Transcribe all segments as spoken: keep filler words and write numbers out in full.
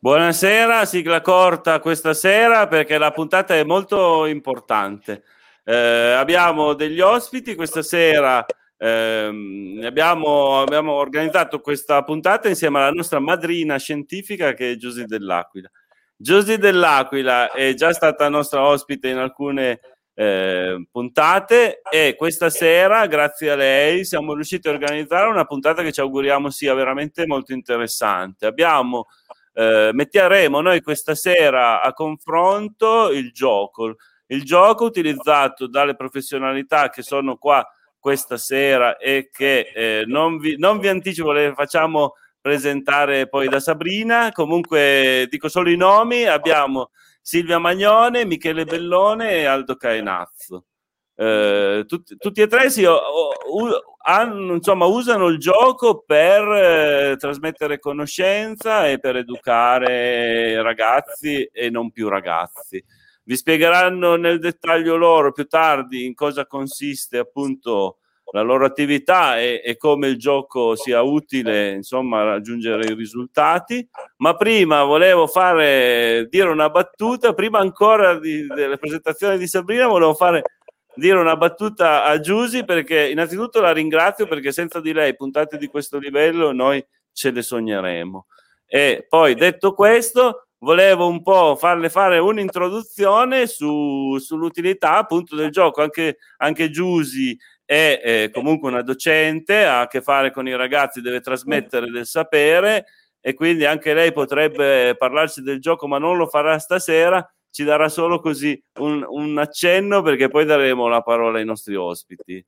Buonasera, sigla corta questa sera perché la puntata è molto importante. Eh, abbiamo degli ospiti questa sera, ehm, abbiamo, abbiamo organizzato questa puntata insieme alla nostra madrina scientifica che è Giusy Dell'Aquila. Giusy Dell'Aquila è già stata nostra ospite in alcune eh, puntate e questa sera, grazie a lei, siamo riusciti a organizzare una puntata che ci auguriamo sia veramente molto interessante. Abbiamo Eh, metteremo noi questa sera a confronto il gioco, il gioco utilizzato dalle professionalità che sono qua questa sera e che eh, non, vi, non vi anticipo, le facciamo presentare poi da Sabrina. Comunque dico solo i nomi: abbiamo Silvia Magnone, Michele Bellone e Aldo Cainazzo. Eh, tutti, tutti e tre si, o, o, hanno, insomma, usano il gioco per eh, trasmettere conoscenza e per educare ragazzi e non più ragazzi. Vi spiegheranno nel dettaglio loro più tardi in cosa consiste appunto la loro attività e, e come il gioco sia utile, insomma, a raggiungere i risultati. Ma prima volevo fare dire una battuta, prima ancora di, della presentazione di Sabrina, volevo fare dire una battuta a Giusy, perché innanzitutto la ringrazio perché senza di lei puntate di questo livello noi ce le sogneremo. E poi, detto questo, volevo un po' farle fare un'introduzione su, sull'utilità appunto del gioco. Anche, anche Giusy è eh, comunque una docente, ha a che fare con i ragazzi, deve trasmettere del sapere e quindi anche lei potrebbe parlarci del gioco, ma non lo farà stasera. Ci darà solo così un, un accenno, perché poi daremo la parola ai nostri ospiti.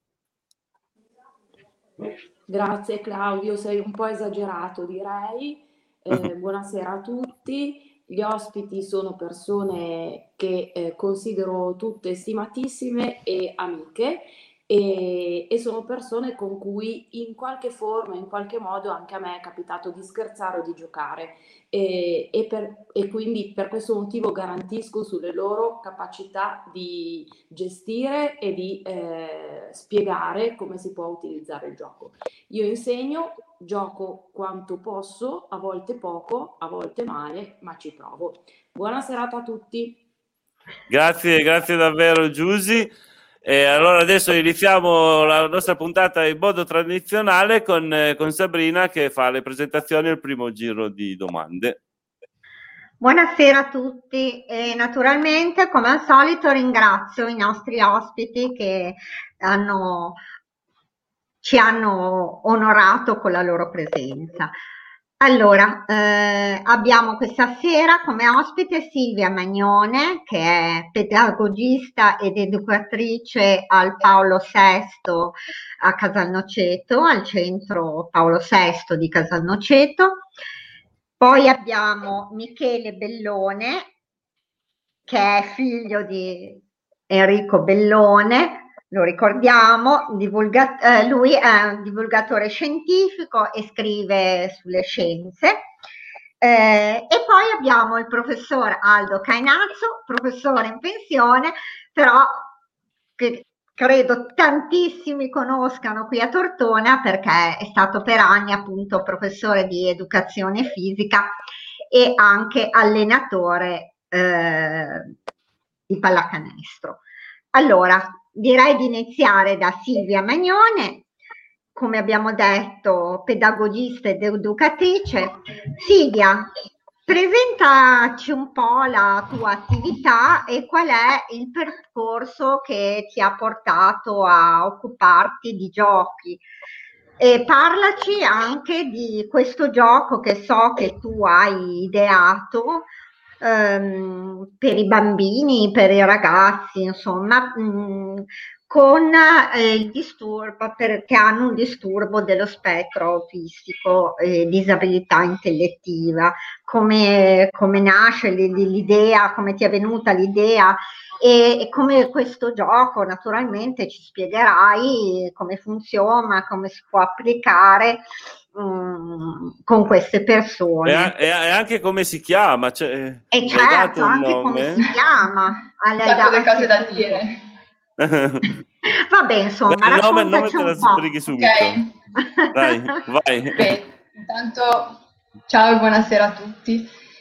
Grazie Claudio, sei un po' esagerato, direi. Eh, buonasera a tutti. Gli ospiti sono persone che eh, considero tutte stimatissime e amiche e, e sono persone con cui in qualche forma, in qualche modo anche a me è capitato di scherzare o di giocare. E, e, per, e quindi per questo motivo garantisco sulle loro capacità di gestire e di eh, spiegare come si può utilizzare il gioco. Io insegno, gioco quanto posso, a volte poco, a volte male, ma ci provo. Buona serata a tutti. Grazie, grazie davvero Giusy. E allora adesso iniziamo la nostra puntata in modo tradizionale con, eh, con Sabrina che fa le presentazioni al primo giro di domande. Buonasera a tutti e naturalmente come al solito ringrazio i nostri ospiti che hanno, ci hanno onorato con la loro presenza. Allora, eh, abbiamo questa sera come ospite Silvia Magnone, che è pedagogista ed educatrice al Paolo sesto a Casalnoceto, al centro Paolo sesto di Casalnoceto. Poi abbiamo Michele Bellone, che è figlio di Enrico Bellone, lo ricordiamo, divulga- eh, lui è un divulgatore scientifico e scrive sulle scienze. Eh, e poi abbiamo il professor Aldo Cainazzo, professore in pensione, però che credo tantissimi conoscano qui a Tortona perché è stato per anni appunto professore di educazione fisica e anche allenatore eh, di pallacanestro. Allora, direi di iniziare da Silvia Magnone, come abbiamo detto, pedagogista ed educatrice. Silvia, presentaci un po' la tua attività e qual è il percorso che ti ha portato a occuparti di giochi. E parlaci anche di questo gioco che so che tu hai ideato ehm, per i bambini, per i ragazzi, insomma, mh, con eh, il disturbo, perché hanno un disturbo dello spettro autistico e disabilità intellettiva. Come, come nasce l'idea, come ti è venuta l'idea e, e come questo gioco naturalmente ci spiegherai come funziona, come si può applicare um, con queste persone. E, e, e anche come si chiama? Cioè, e certo, anche nome? come si chiama. Alle le cose da dire. Vabbè, insomma, il nome, il nome raccontaci te la un po'. spieghi subito. Okay. Dai, vai. Beh, intanto ciao e buonasera a tutti.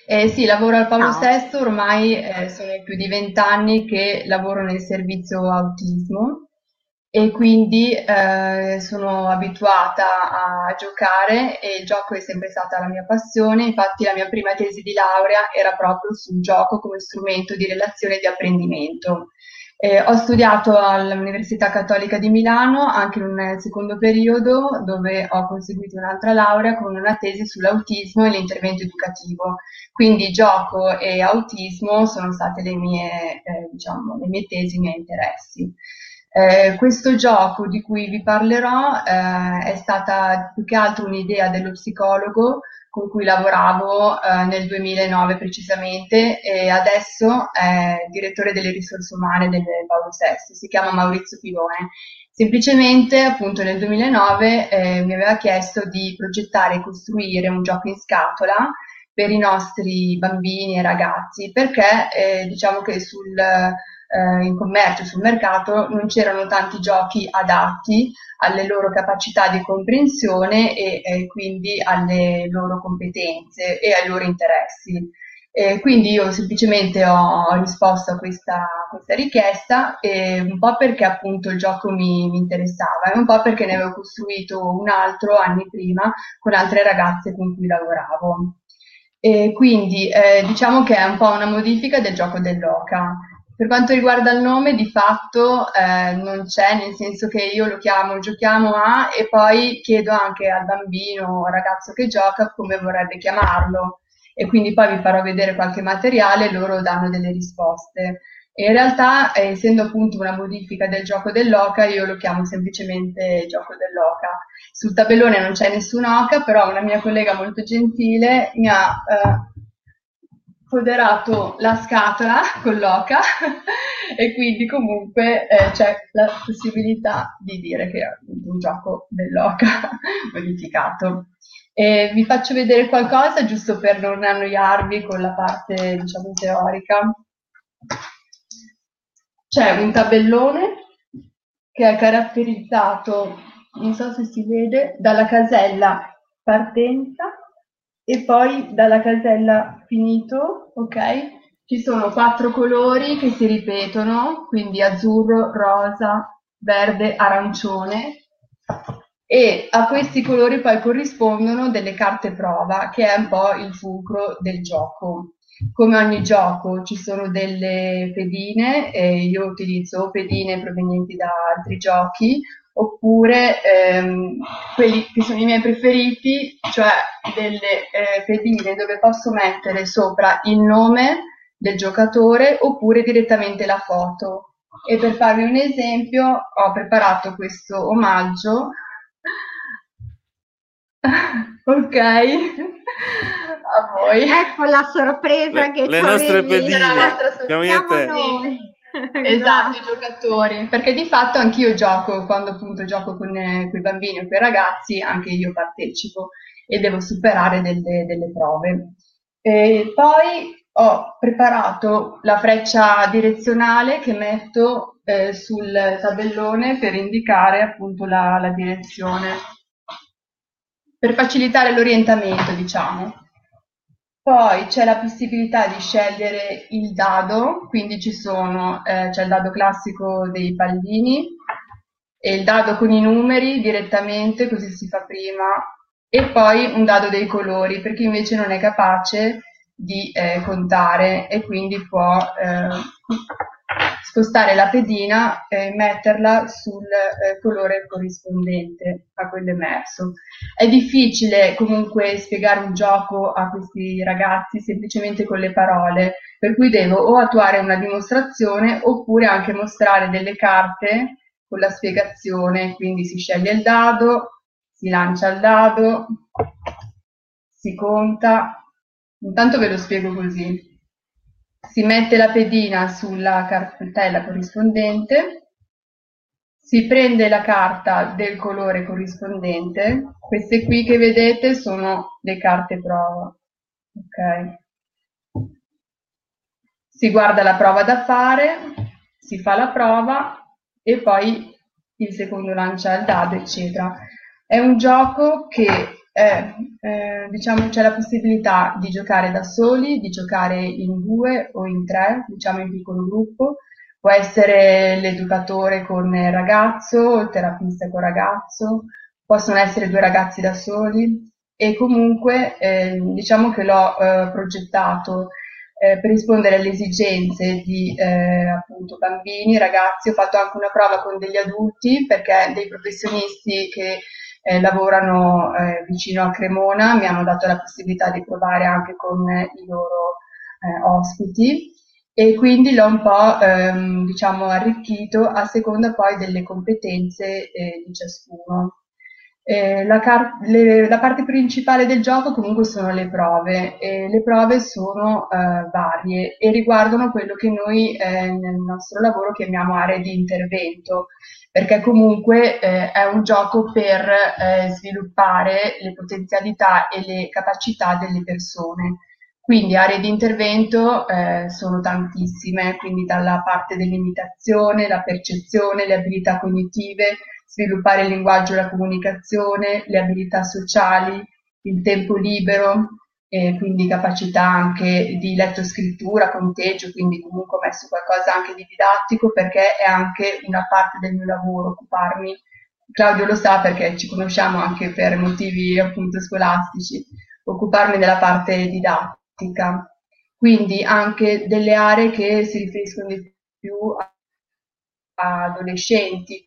Eh, sì, lavoro al Paolo Ciao. sesto, ormai eh, sono più di vent'anni che lavoro nel servizio autismo e quindi eh, sono abituata a giocare e il gioco è sempre stata la mia passione. Infatti la mia prima tesi di laurea era proprio sul gioco come strumento di relazione e di apprendimento. Eh, ho studiato all'Università Cattolica di Milano anche in un secondo periodo dove ho conseguito un'altra laurea con una tesi sull'autismo e l'intervento educativo. Quindi gioco e autismo sono state le mie, eh, diciamo, le mie tesi, i miei interessi. Eh, questo gioco di cui vi parlerò eh, è stata più che altro un'idea dello psicologo con cui lavoravo eh, nel duemilanove precisamente e adesso è direttore delle risorse umane del Paolo sesto, si chiama Maurizio Pivone. Semplicemente appunto nel duemilanove eh, mi aveva chiesto di progettare e costruire un gioco in scatola per i nostri bambini e ragazzi perché eh, diciamo che sul eh, in commercio, sul mercato, non c'erano tanti giochi adatti alle loro capacità di comprensione e eh, quindi alle loro competenze e ai loro interessi. Eh, quindi io semplicemente ho risposto a questa, questa richiesta, eh, un po' perché appunto il gioco mi, mi interessava e un po' perché ne avevo costruito un altro anni prima con altre ragazze con cui lavoravo. E quindi eh, diciamo che è un po' una modifica del gioco dell'oca. Per quanto riguarda il nome, di fatto eh, non c'è, nel senso che io lo chiamo, giochiamo a e poi chiedo anche al bambino o al ragazzo che gioca come vorrebbe chiamarlo e quindi poi vi farò vedere qualche materiale e loro danno delle risposte. E in realtà, eh, essendo appunto una modifica del gioco dell'oca, io lo chiamo semplicemente gioco dell'oca. Sul tabellone non c'è nessuna oca, però una mia collega molto gentile mi ha eh, foderato la scatola con l'oca e quindi comunque eh, c'è la possibilità di dire che è un gioco dell'oca modificato. E vi faccio vedere qualcosa giusto per non annoiarvi con la parte diciamo teorica. C'è un tabellone che è caratterizzato, non so se si vede, dalla casella partenza e poi dalla casella finito, ok? Ci sono quattro colori che si ripetono, quindi azzurro, rosa, verde, arancione e a questi colori poi corrispondono delle carte prova che è un po' il fulcro del gioco. Come ogni gioco ci sono delle pedine, e io utilizzo pedine provenienti da altri giochi, oppure ehm, quelli che sono i miei preferiti, cioè delle eh, pedine dove posso mettere sopra il nome del giocatore oppure direttamente la foto. E per farvi un esempio ho preparato questo omaggio. Ok, a voi. Ecco la sorpresa Le, che le ci nostre avevi. pedine, siamo io e Siamo te. noi. Esatto, i giocatori, perché di fatto anch'io gioco, quando appunto gioco con, eh, con i bambini o con i ragazzi, anche io partecipo e devo superare delle, delle prove. E poi ho preparato la freccia direzionale che metto eh, sul tabellone per indicare appunto la, la direzione, per facilitare l'orientamento, diciamo. Poi c'è la possibilità di scegliere il dado, quindi ci sono, eh, c'è il dado classico dei pallini e il dado con i numeri direttamente, così si fa prima, e poi un dado dei colori, per chi invece non è capace di eh, contare e quindi può eh, spostare la pedina e metterla sul eh, colore corrispondente a quello emerso. È difficile comunque spiegare un gioco a questi ragazzi semplicemente con le parole, per cui devo o attuare una dimostrazione oppure anche mostrare delle carte con la spiegazione, quindi si sceglie il dado, si lancia il dado, si conta, intanto ve lo spiego così. Si mette la pedina sulla cartella corrispondente, si prende la carta del colore corrispondente, queste qui che vedete sono le carte prova, ok? Si guarda la prova da fare, si fa la prova e poi il secondo lancia il dado, eccetera. È un gioco che eh, eh, diciamo c'è la possibilità di giocare da soli, di giocare in due o in tre, diciamo in piccolo gruppo. Può essere l'educatore con il ragazzo, il terapista con il ragazzo, possono essere due ragazzi da soli e comunque eh, diciamo che l'ho eh, progettato eh, per rispondere alle esigenze di eh, appunto bambini, ragazzi. Ho fatto anche una prova con degli adulti perché dei professionisti che eh, lavorano eh, vicino a Cremona mi hanno dato la possibilità di provare anche con i loro eh, ospiti. E quindi l'ho un po' ehm, diciamo arricchito a seconda poi delle competenze eh, di ciascuno. Eh, la, car- le- la parte principale del gioco comunque sono le prove e le prove sono eh, varie e riguardano quello che noi eh, nel nostro lavoro chiamiamo aree di intervento, perché comunque eh, è un gioco per eh, sviluppare le potenzialità e le capacità delle persone. Quindi aree di intervento eh, sono tantissime, quindi dalla parte dell'imitazione, la percezione, le abilità cognitive, sviluppare il linguaggio e la comunicazione, le abilità sociali, il tempo libero, eh, quindi capacità anche di lettoscrittura, conteggio, quindi comunque ho messo qualcosa anche di didattico perché è anche una parte del mio lavoro, occuparmi, Claudio lo sa perché ci conosciamo anche per motivi appunto scolastici, occuparmi della parte didattica. Quindi anche delle aree che si riferiscono di più a, a adolescenti,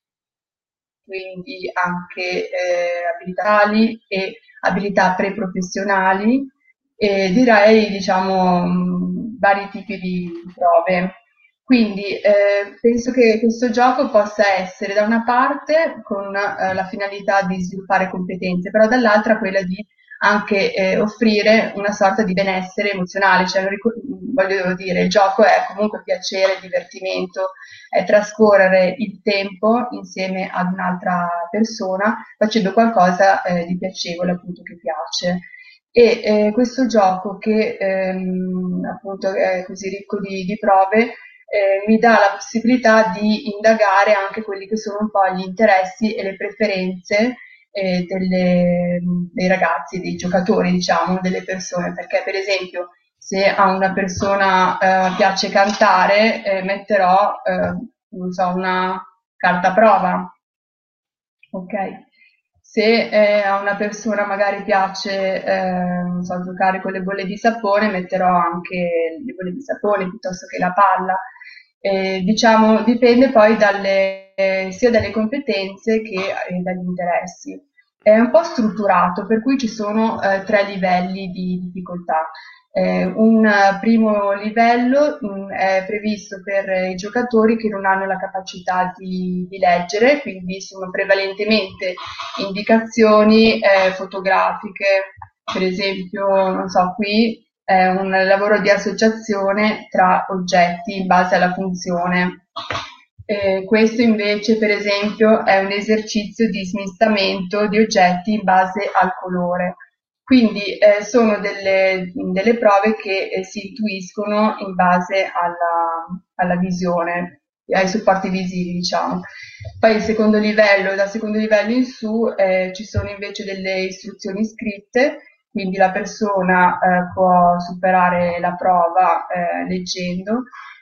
quindi anche eh, abilità e abilità pre-professionali e direi diciamo mh, vari tipi di prove. Quindi eh, penso che questo gioco possa essere da una parte con eh, la finalità di sviluppare competenze, però dall'altra quella di anche eh, offrire una sorta di benessere emozionale, cioè non ricor- voglio dire, il gioco è comunque piacere, divertimento, è trascorrere il tempo insieme ad un'altra persona facendo qualcosa eh, di piacevole, appunto, che piace. E eh, questo gioco che ehm, appunto è così ricco di, di prove eh, mi dà la possibilità di indagare anche quelli che sono un po' gli interessi e le preferenze eh, delle, dei ragazzi, dei giocatori, diciamo, delle persone, perché per esempio se a una persona eh, piace cantare eh, metterò eh, non so, una carta prova, ok? Se eh, a una persona magari piace eh, non so, giocare con le bolle di sapone, metterò anche le bolle di sapone piuttosto che la palla. Eh, diciamo, dipende poi dalle, eh, sia dalle competenze che eh, dagli interessi. È un po' strutturato, per cui ci sono eh, tre livelli di difficoltà. Eh, un primo livello mh, è previsto per i giocatori che non hanno la capacità di, di leggere, quindi sono prevalentemente indicazioni eh, fotografiche, per esempio, non so, qui è un lavoro di associazione tra oggetti in base alla funzione. Eh, questo invece, per esempio, è un esercizio di smistamento di oggetti in base al colore. Quindi eh, sono delle, delle prove che eh, si intuiscono in base alla, alla visione, ai supporti visivi, diciamo. Poi il secondo livello, dal secondo livello in su eh, ci sono invece delle istruzioni scritte, quindi la persona eh, può superare la prova eh, leggendo.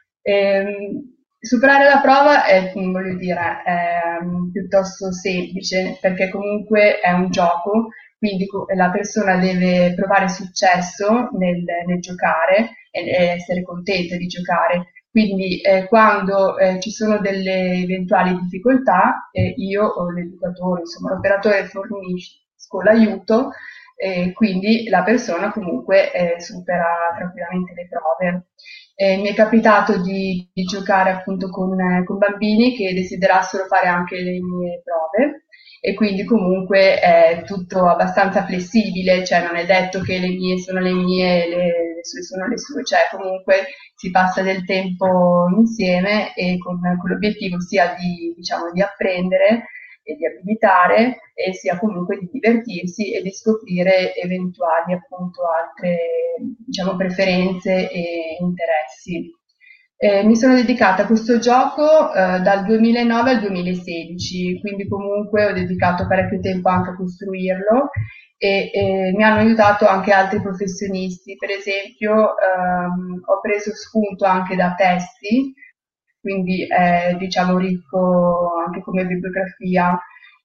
Ehm, superare la prova è, voglio dire, è piuttosto semplice perché comunque è un gioco, quindi la persona deve provare successo nel, nel giocare e essere contenta di giocare. Quindi eh, quando eh, ci sono delle eventuali difficoltà, eh, io o l'educatore, insomma l'operatore fornisco l'aiuto e quindi la persona comunque eh, supera tranquillamente le prove. Eh, mi è capitato di, di giocare appunto con, eh, con bambini che desiderassero fare anche le mie prove e quindi comunque è tutto abbastanza flessibile, cioè non è detto che le mie sono le mie, le, le sue sono le sue, cioè comunque si passa del tempo insieme e con, con l'obiettivo sia di, diciamo, di apprendere e di abilitare e sia comunque di divertirsi e di scoprire eventuali appunto altre, diciamo, preferenze e interessi. Eh, mi sono dedicata a questo gioco eh, dal duemilanove al duemilasedici, quindi comunque ho dedicato parecchio tempo anche a costruirlo e, e mi hanno aiutato anche altri professionisti. Per esempio, ehm, ho preso spunto anche da testi, quindi è diciamo ricco anche come bibliografia,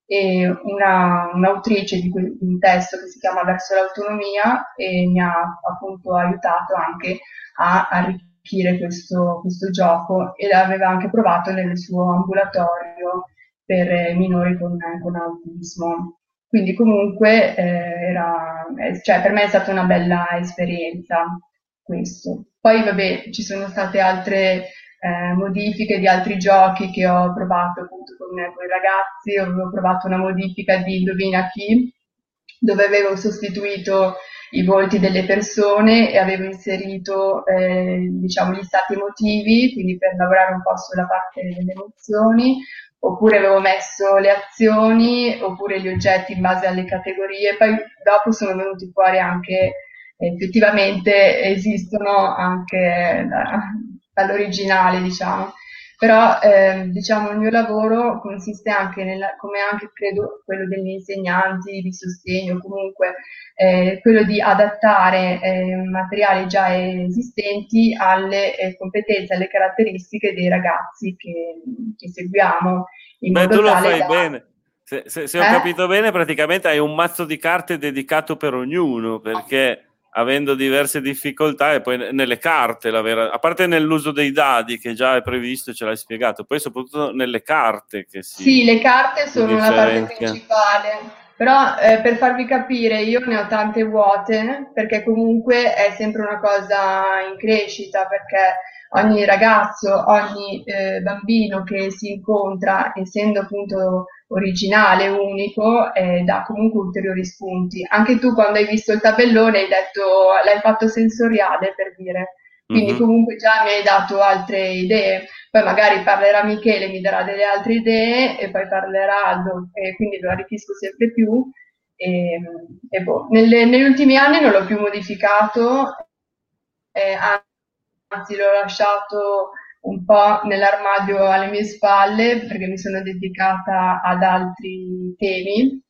e una, un'autrice di que- un testo che si chiama Verso l'autonomia e mi ha appunto aiutato anche a arricchire questo, questo gioco, e l'aveva anche provato nel suo ambulatorio per minori con, con autismo. Quindi comunque eh, era, eh, cioè, per me è stata una bella esperienza questo. Poi vabbè, ci sono state altre eh, modifiche di altri giochi che ho provato appunto con, con i ragazzi. Avevo provato una modifica di Indovina chi, dove avevo sostituito i volti delle persone e avevo inserito eh, diciamo gli stati emotivi, quindi per lavorare un po' sulla parte delle emozioni, oppure avevo messo le azioni, oppure gli oggetti in base alle categorie. Poi dopo sono venuti fuori anche, effettivamente esistono anche da, dall'originale, diciamo. Però eh, diciamo il mio lavoro consiste anche nella, come anche credo quello degli insegnanti di sostegno, comunque eh, quello di adattare eh, materiali già esistenti alle eh, competenze, alle caratteristiche dei ragazzi che, che seguiamo, in Beh, modo tu lo tale fai da... bene. Se, se- se ho Eh? capito bene, praticamente hai un mazzo di carte dedicato per ognuno, perché avendo diverse difficoltà, e poi ne- nelle carte, la vera, a parte nell'uso dei dadi che già è previsto, ce l'hai spiegato, poi soprattutto nelle carte che si, Sì, le carte si sono la parte differenzia. principale, però eh, per farvi capire io ne ho tante vuote, perché comunque è sempre una cosa in crescita, perché ogni ragazzo, ogni eh, bambino che si incontra, essendo appunto originale, unico, eh, dà comunque ulteriori spunti. Anche tu quando hai visto il tabellone hai detto, l'hai fatto sensoriale, per dire, quindi Mhm. comunque già mi hai dato altre idee. Poi magari parlerà Michele, mi darà delle altre idee, e poi parlerà Aldo, e quindi lo arricchisco sempre più. E, e boh. Nelle- negli ultimi anni non l'ho più modificato, eh, anzi l'ho lasciato un po' nell'armadio alle mie spalle perché mi sono dedicata ad altri temi.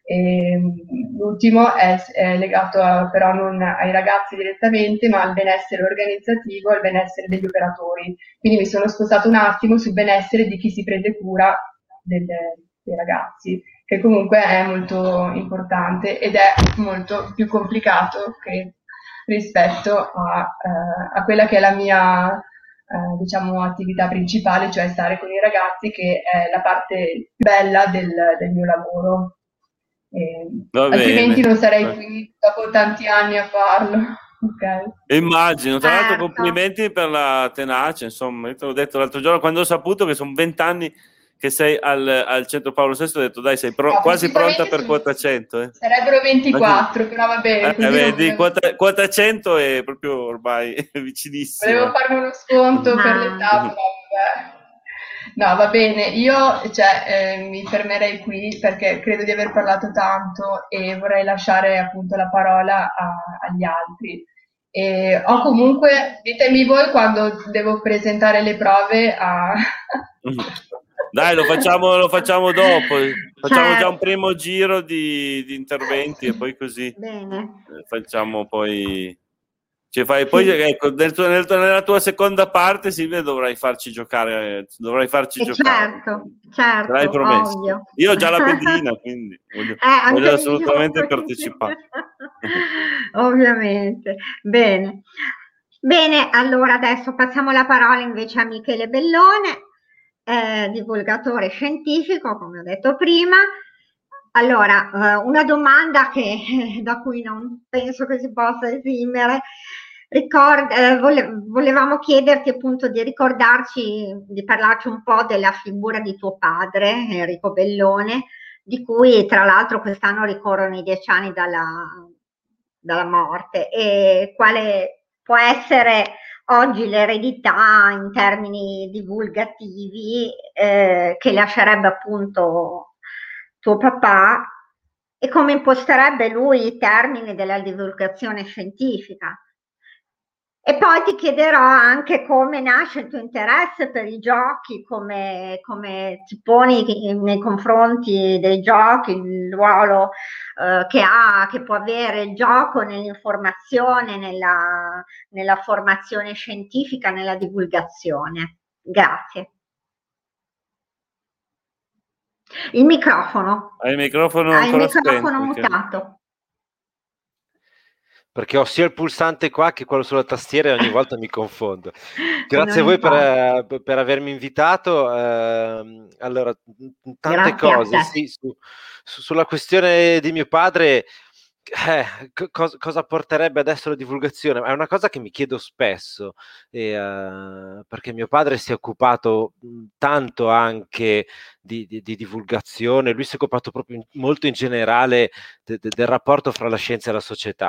E, l'ultimo è, è legato a- però non ai ragazzi direttamente, ma al benessere organizzativo e al benessere degli operatori. Quindi mi sono spostata un attimo sul benessere di chi si prende cura delle- dei ragazzi, che comunque è molto importante ed è molto più complicato che rispetto a, eh, a quella che è la mia eh, diciamo, attività principale, cioè stare con i ragazzi, che è la parte più bella del, del mio lavoro. E, Va altrimenti bene. non sarei qui dopo tanti anni a farlo. Ok. Immagino, tra l'altro Certo. complimenti per la tenacia, insomma, io te l'ho detto l'altro giorno, quando ho saputo che sono vent'anni che sei al, al Centro Paolo sesto, ho detto dai, sei pro- No, quasi pronta precisamente per sono, quota cento, eh? sarebbero Immagino. ventiquattro, però va bene, Eh, così non vedi, volevo, quota, quota cento è proprio ormai volevo vicinissima. farmi uno sconto per Ma l'età, però vabbè. No, va bene, io cioè, eh, mi fermerei qui perché credo di aver parlato tanto e vorrei lasciare appunto la parola a- agli altri. E ho bene. comunque, ditemi voi quando devo presentare le prove a... Dai, lo facciamo, lo facciamo dopo, facciamo già un Certo. primo giro di, di Eh, interventi e sì. poi così Bene. eh, facciamo poi... Ci fai, poi Sì. ecco, nel tuo- nel tuo- nella tua seconda parte, Silvia, dovrai farci giocare, dovrai farci E giocare, certo, insomma. Ce l'hai certo, promesso. ovvio. Io ho già la pedina, quindi voglio, Eh, anche voglio io, assolutamente quindi, partecipare. ovviamente. Bene. Bene, allora adesso passiamo la parola invece a Michele Bellone, eh, divulgatore scientifico, come ho detto prima. Allora, eh, una domanda che, da cui non penso che si possa esimere. Ricord- eh, vole- volevamo chiederti appunto di ricordarci, di parlarci un po' della figura di tuo padre, Enrico Bellone, di cui tra l'altro quest'anno ricorrono i dieci anni dalla, dalla morte, e quale può essere oggi l'eredità in termini divulgativi eh, che lascerebbe appunto tuo papà, e come imposterebbe lui i termini della divulgazione scientifica. E poi ti chiederò anche come nasce il tuo interesse per i giochi, come, come ti poni nei confronti dei giochi, il ruolo eh, che ha, che può avere il gioco nell'informazione, nella, nella formazione scientifica, nella divulgazione. Grazie. Il microfono. Hai il microfono Hai il ancora microfono spento. Perché... mutato. Perché ho sia il pulsante qua che quello sulla tastiera e ogni volta mi confondo. Grazie Non a voi per, importa. eh, per avermi invitato. Eh, allora, tante Grazie a cose, te. sì, su, su- sulla questione di mio padre, eh, co- cosa, cosa porterebbe adesso la divulgazione? È una cosa che mi chiedo spesso, e, eh, perché mio padre si è occupato mh, tanto anche di, di- di divulgazione, lui si è occupato proprio in- molto in generale de- de- del rapporto fra la scienza e la società.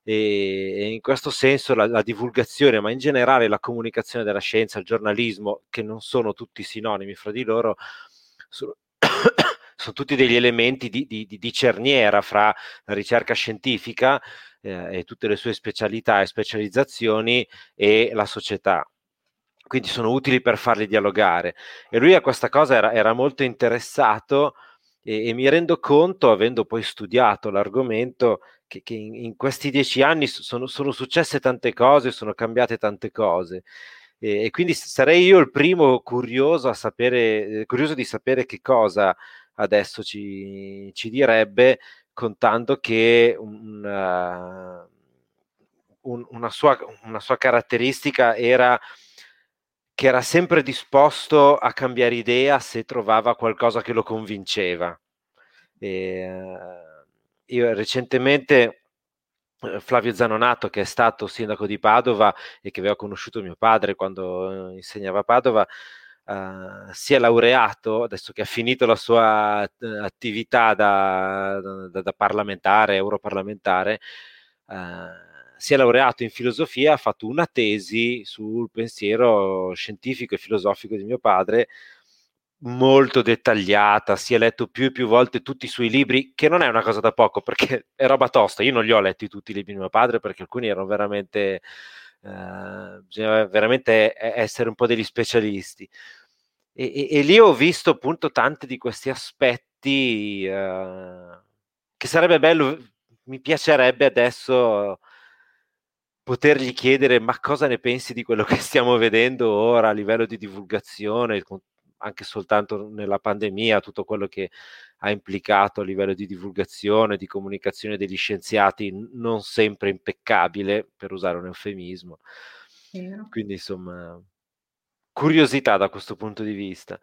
E, e in questo senso la, la divulgazione, ma in generale la comunicazione della scienza, il giornalismo, che non sono tutti sinonimi fra di loro, sono, sono tutti degli elementi di, di, di cerniera fra la ricerca scientifica eh, e tutte le sue specialità e specializzazioni e la società. Quindi sono utili per farli dialogare. E lui a questa cosa era, era molto interessato e, e mi rendo conto, avendo poi studiato l'argomento, che, che in, in questi dieci anni sono, sono successe tante cose, sono cambiate tante cose. E, e quindi sarei io il primo curioso a sapere, eh, curioso di sapere che cosa adesso ci, ci direbbe, contando che una, un, una, sua, una sua caratteristica era che era sempre disposto a cambiare idea se trovava qualcosa che lo convinceva. E, uh, io recentemente uh, Flavio Zanonato, che è stato sindaco di Padova e che aveva conosciuto mio padre quando uh, insegnava a Padova, uh, si è laureato, adesso che ha finito la sua uh, attività da, da, da parlamentare, europarlamentare, uh, si è laureato in filosofia, ha fatto una tesi sul pensiero scientifico e filosofico di mio padre, molto dettagliata, si è letto più e più volte tutti i suoi libri, che non è una cosa da poco, perché è roba tosta. Io non li ho letti tutti i libri di mio padre, perché alcuni erano veramente, eh, bisognava veramente essere un po' degli specialisti. E, e, e lì ho visto appunto tanti di questi aspetti eh, che sarebbe bello, mi piacerebbe adesso potergli chiedere: ma cosa ne pensi di quello che stiamo vedendo ora a livello di divulgazione, anche soltanto nella pandemia, tutto quello che ha implicato a livello di divulgazione, di comunicazione degli scienziati, non sempre impeccabile, per usare un eufemismo. Vero. Quindi insomma, curiosità da questo punto di vista.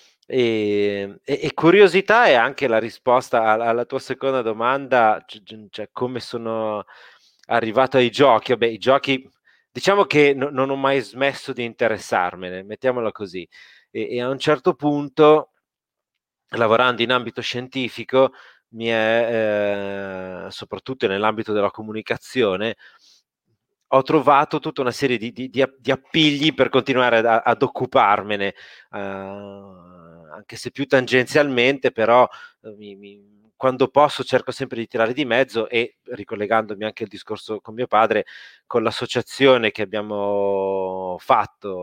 E, e, e curiosità è anche la risposta alla, alla tua seconda domanda, cioè, cioè come sono arrivato ai giochi. Vabbè, i giochi, diciamo che no, non ho mai smesso di interessarmene, mettiamola così. E, e a un certo punto, lavorando in ambito scientifico, mi è, eh, soprattutto nell'ambito della comunicazione, ho trovato tutta una serie di, di, di, di appigli per continuare ad, ad occuparmene, uh, anche se più tangenzialmente, però uh, mi, mi, quando posso cerco sempre di tirare di mezzo, e ricollegandomi anche al discorso con mio padre, con l'associazione che abbiamo fatto,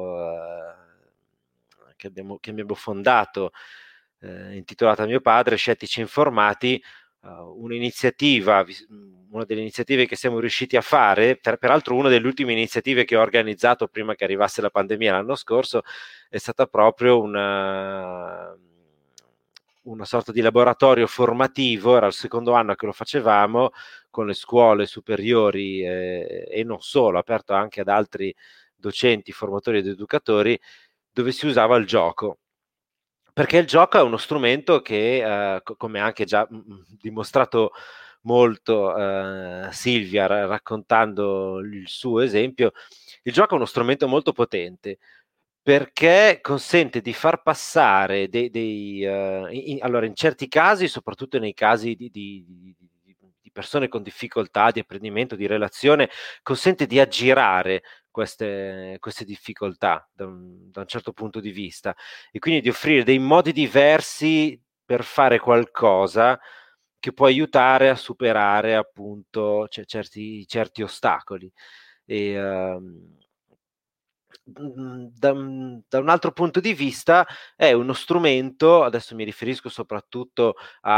uh, che, abbiamo, che abbiamo fondato, uh, intitolata Mio Padre, Scettici Informati, uh, un'iniziativa, una delle iniziative che siamo riusciti a fare, per, peraltro una delle ultime iniziative che ho organizzato prima che arrivasse la pandemia l'anno scorso, è stata proprio una, una sorta di laboratorio formativo, era il secondo anno che lo facevamo, con le scuole superiori eh, e non solo, aperto anche ad altri docenti, formatori ed educatori, dove si usava il gioco. Perché il gioco è uno strumento che, eh, come ha anche già mh, dimostrato molto eh, Silvia ra- raccontando il suo esempio, il gioco è uno strumento molto potente perché consente di far passare dei, dei uh, in, allora in certi casi, soprattutto nei casi di, di, di, di persone con difficoltà di apprendimento, di relazione, consente di aggirare queste, queste difficoltà da un, da un certo punto di vista, e quindi di offrire dei modi diversi per fare qualcosa che può aiutare a superare appunto c- certi, certi ostacoli. E, uh, da, da un altro punto di vista è uno strumento, adesso mi riferisco soprattutto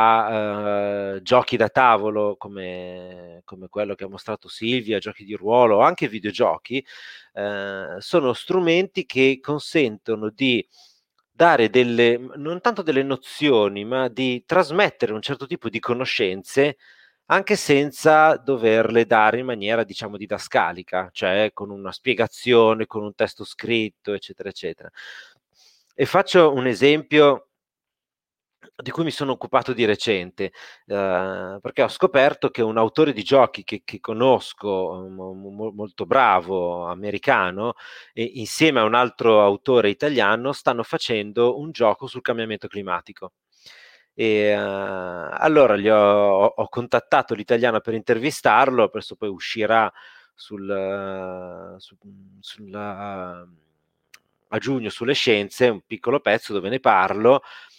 a uh, giochi da tavolo come, come quello che ha mostrato Silvia, giochi di ruolo, anche videogiochi, uh, sono strumenti che consentono di dare delle, non tanto delle nozioni, ma di trasmettere un certo tipo di conoscenze anche senza doverle dare in maniera, diciamo, didascalica, cioè con una spiegazione, con un testo scritto, eccetera, eccetera. E faccio un esempio di cui mi sono occupato di recente, eh, perché ho scoperto che un autore di giochi che, che conosco, mo, mo, molto bravo, americano, e insieme a un altro autore italiano, stanno facendo un gioco sul cambiamento climatico. E uh, allora gli ho, ho contattato l'italiano per intervistarlo, adesso poi uscirà sul, uh, su, sulla, uh, a giugno sulle scienze, un piccolo pezzo dove ne parlo,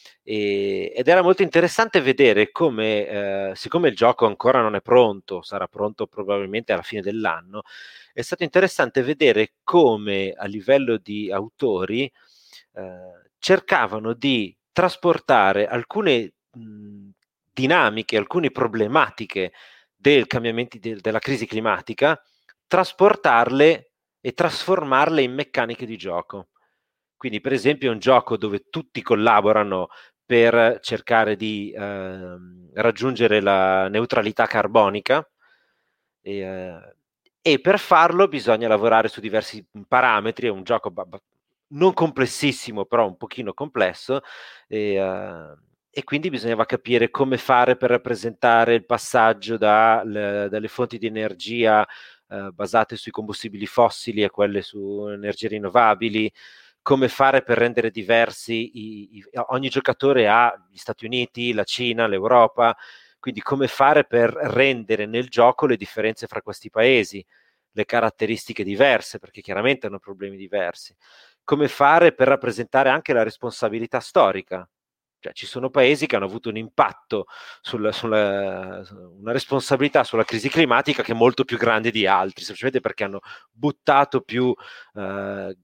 e, ed era molto interessante vedere come, eh, siccome il gioco ancora non è pronto, sarà pronto probabilmente alla fine dell'anno, è stato interessante vedere come a livello di autori eh, cercavano di trasportare alcune mh, dinamiche, alcune problematiche del cambiamento de- della crisi climatica, trasportarle e trasformarle in meccaniche di gioco. Quindi, per esempio, è un gioco dove tutti collaborano per cercare di eh, raggiungere la neutralità carbonica e, eh, e per farlo bisogna lavorare su diversi parametri. È un gioco b- b- non complessissimo, però un pochino complesso, e, uh, e quindi bisognava capire come fare per rappresentare il passaggio da, le, dalle fonti di energia uh, basate sui combustibili fossili a quelle su energie rinnovabili, come fare per rendere diversi i, i, ogni giocatore ha gli Stati Uniti, la Cina, l'Europa, quindi come fare per rendere nel gioco le differenze fra questi paesi, le caratteristiche diverse, perché chiaramente hanno problemi diversi. Come fare per rappresentare anche la responsabilità storica. Cioè, ci sono paesi che hanno avuto un impatto, sulla, sulla, una responsabilità sulla crisi climatica che è molto più grande di altri, semplicemente perché hanno buttato più eh,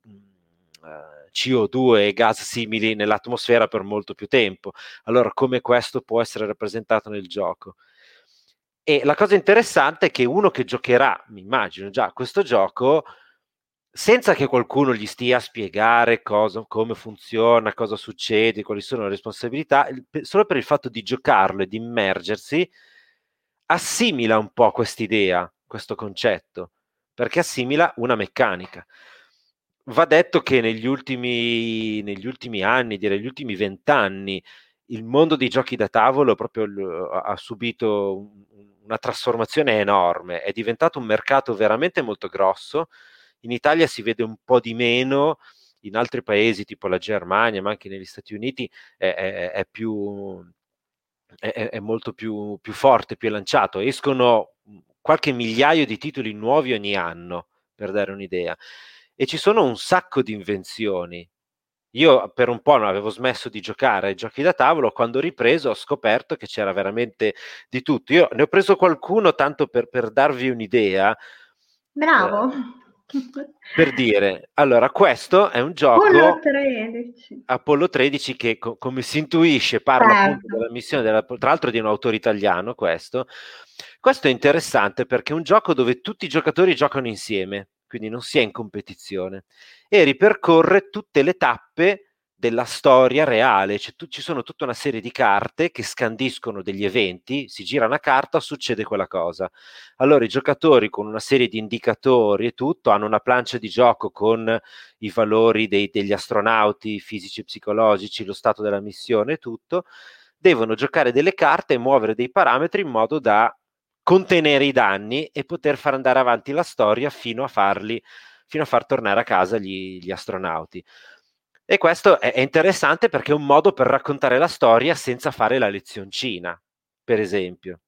C O due e gas simili nell'atmosfera per molto più tempo. Allora, come questo può essere rappresentato nel gioco? E la cosa interessante è che uno che giocherà, mi immagino già, questo gioco, senza che qualcuno gli stia a spiegare cosa, come funziona, cosa succede, quali sono le responsabilità, solo per il fatto di giocarlo e di immergersi, assimila un po' quest'idea, questo concetto, perché assimila una meccanica. Va detto che negli ultimi, negli ultimi anni, direi gli ultimi vent'anni, il mondo dei giochi da tavolo proprio ha subito una trasformazione enorme, è diventato un mercato veramente molto grosso. In Italia si vede un po' di meno, in altri paesi tipo la Germania, ma anche negli Stati Uniti è, è, è più è, è molto più, più forte, più lanciato. Escono qualche migliaio di titoli nuovi ogni anno, per dare un'idea, e ci sono un sacco di invenzioni. Io per un po' non avevo smesso di giocare ai giochi da tavolo, quando ho ripreso ho scoperto che c'era veramente di tutto. Io ne ho preso qualcuno tanto per, per darvi un'idea. Bravo. Eh, per dire, allora, questo è un gioco Apollo tredici. Apollo tredici che, co- come si intuisce, parla Certo. appunto della missione, della, tra l'altro di un autore italiano questo. Questo è interessante perché è un gioco dove tutti i giocatori giocano insieme, quindi non si è in competizione, e ripercorre tutte le tappe della storia reale. Cioè, tu, ci sono tutta una serie di carte che scandiscono degli eventi, si gira una carta, succede quella cosa. Allora i giocatori con una serie di indicatori e tutto hanno una plancia di gioco con i valori dei, degli astronauti fisici e psicologici, lo stato della missione e tutto, devono giocare delle carte e muovere dei parametri in modo da contenere i danni e poter far andare avanti la storia fino a farli, fino a far tornare a casa gli, gli astronauti. E questo è, è interessante perché è un modo per raccontare la storia senza fare la lezioncina, per esempio.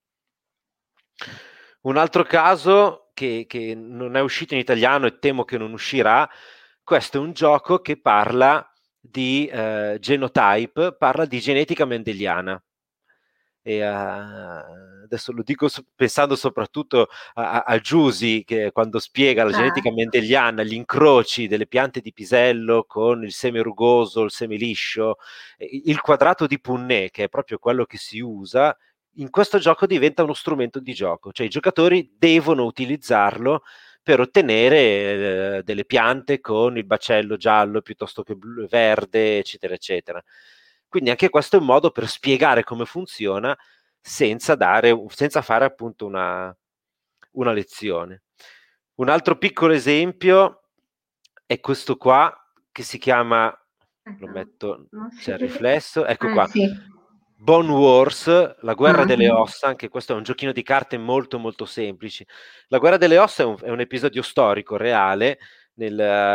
Un altro caso che, che non è uscito in italiano e temo che non uscirà, questo è un gioco che parla di eh, genotype, parla di genetica mendeliana. E uh, adesso lo dico so- pensando soprattutto a, a, a Giusy, che quando spiega la Eh. genetica mendeliana, gli incroci delle piante di pisello con il seme rugoso, il seme liscio, il quadrato di Punnett, che è proprio quello che si usa, in questo gioco diventa uno strumento di gioco, cioè i giocatori devono utilizzarlo per ottenere eh, delle piante con il baccello giallo piuttosto che blu, verde, eccetera, eccetera. Quindi anche questo è un modo per spiegare come funziona senza, dare, senza fare appunto una, una lezione. Un altro piccolo esempio è questo qua, che si chiama, lo metto, c'è il riflesso, ecco Eh, qua, sì. Bone Wars, la guerra Ah. delle ossa. Anche questo è un giochino di carte molto molto semplici. La guerra delle ossa è un, è un episodio storico reale nel,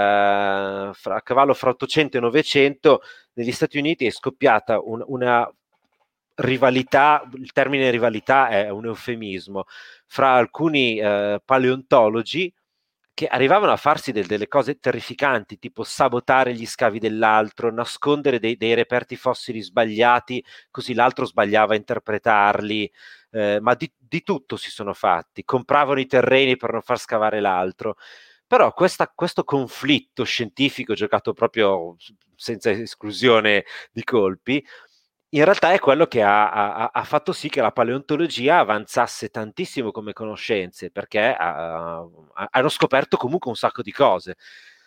uh, fra, a cavallo fra ottocento e novecento. Negli Stati Uniti è scoppiata un, una rivalità, il termine rivalità è un eufemismo, fra alcuni uh, paleontologi che arrivavano a farsi del, delle cose terrificanti, tipo sabotare gli scavi dell'altro, nascondere dei, dei reperti fossili sbagliati, così l'altro sbagliava a interpretarli, eh, ma di, di tutto si sono fatti, compravano i terreni per non far scavare l'altro. Però questa, questo conflitto scientifico giocato proprio senza esclusione di colpi, in realtà è quello che ha, ha, ha fatto sì che la paleontologia avanzasse tantissimo come conoscenze, perché ha, ha, hanno scoperto comunque un sacco di cose.